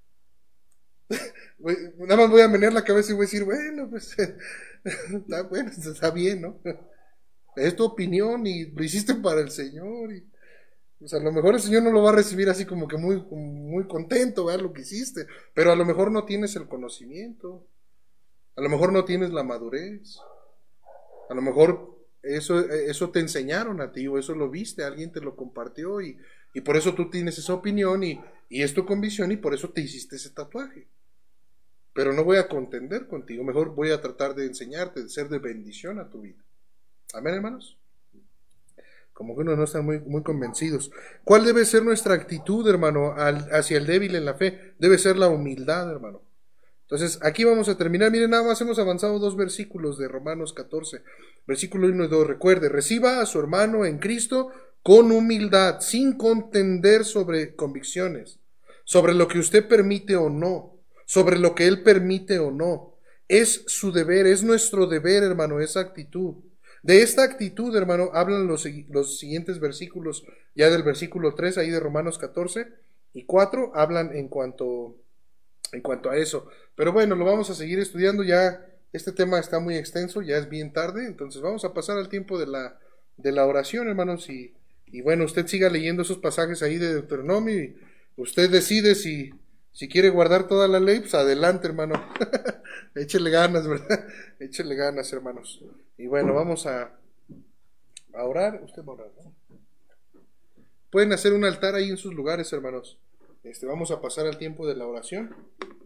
Nada más voy a menear la cabeza y voy a decir, bueno, pues, está bien, ¿no? Es tu opinión y lo hiciste para el Señor, y pues a lo mejor el Señor no lo va a recibir así como que muy contento, ¿verdad? Lo que hiciste, pero a lo mejor no tienes el conocimiento, a lo mejor no tienes la madurez, a lo mejor eso te enseñaron a ti o eso lo viste, alguien te lo compartió y por eso tú tienes esa opinión y es tu convicción y por eso te hiciste ese tatuaje. Pero no voy a contender contigo, mejor voy a tratar de enseñarte, de ser de bendición a tu vida. Amén, hermanos. Como que uno no está muy convencidos. ¿Cuál debe ser nuestra actitud, hermano, hacia el débil en la fe? Debe ser la humildad, hermano. Entonces, aquí vamos a terminar. Miren, nada más hemos avanzado 2 versículos de Romanos 14. Versículo 1 y 2. Recuerde, reciba a su hermano en Cristo con humildad, sin contender sobre convicciones, sobre lo que usted permite o no, sobre lo que él permite o no. Es su deber, es nuestro deber, hermano, esa actitud. De esta actitud, hermano, hablan los siguientes versículos, ya del versículo 3, ahí de Romanos 14 y 4, hablan en cuanto a eso. Pero bueno, lo vamos a seguir estudiando, ya este tema está muy extenso, ya es bien tarde, entonces vamos a pasar al tiempo de la oración, hermanos, y bueno, usted siga leyendo esos pasajes ahí de Deuteronomio, y usted decide si quiere guardar toda la ley, pues adelante, hermano. Échele ganas, ¿verdad? Échele ganas, hermanos. Y bueno, vamos a orar. Usted va a orar, ¿no? Pueden hacer un altar ahí en sus lugares, hermanos. Vamos a pasar al tiempo de la oración.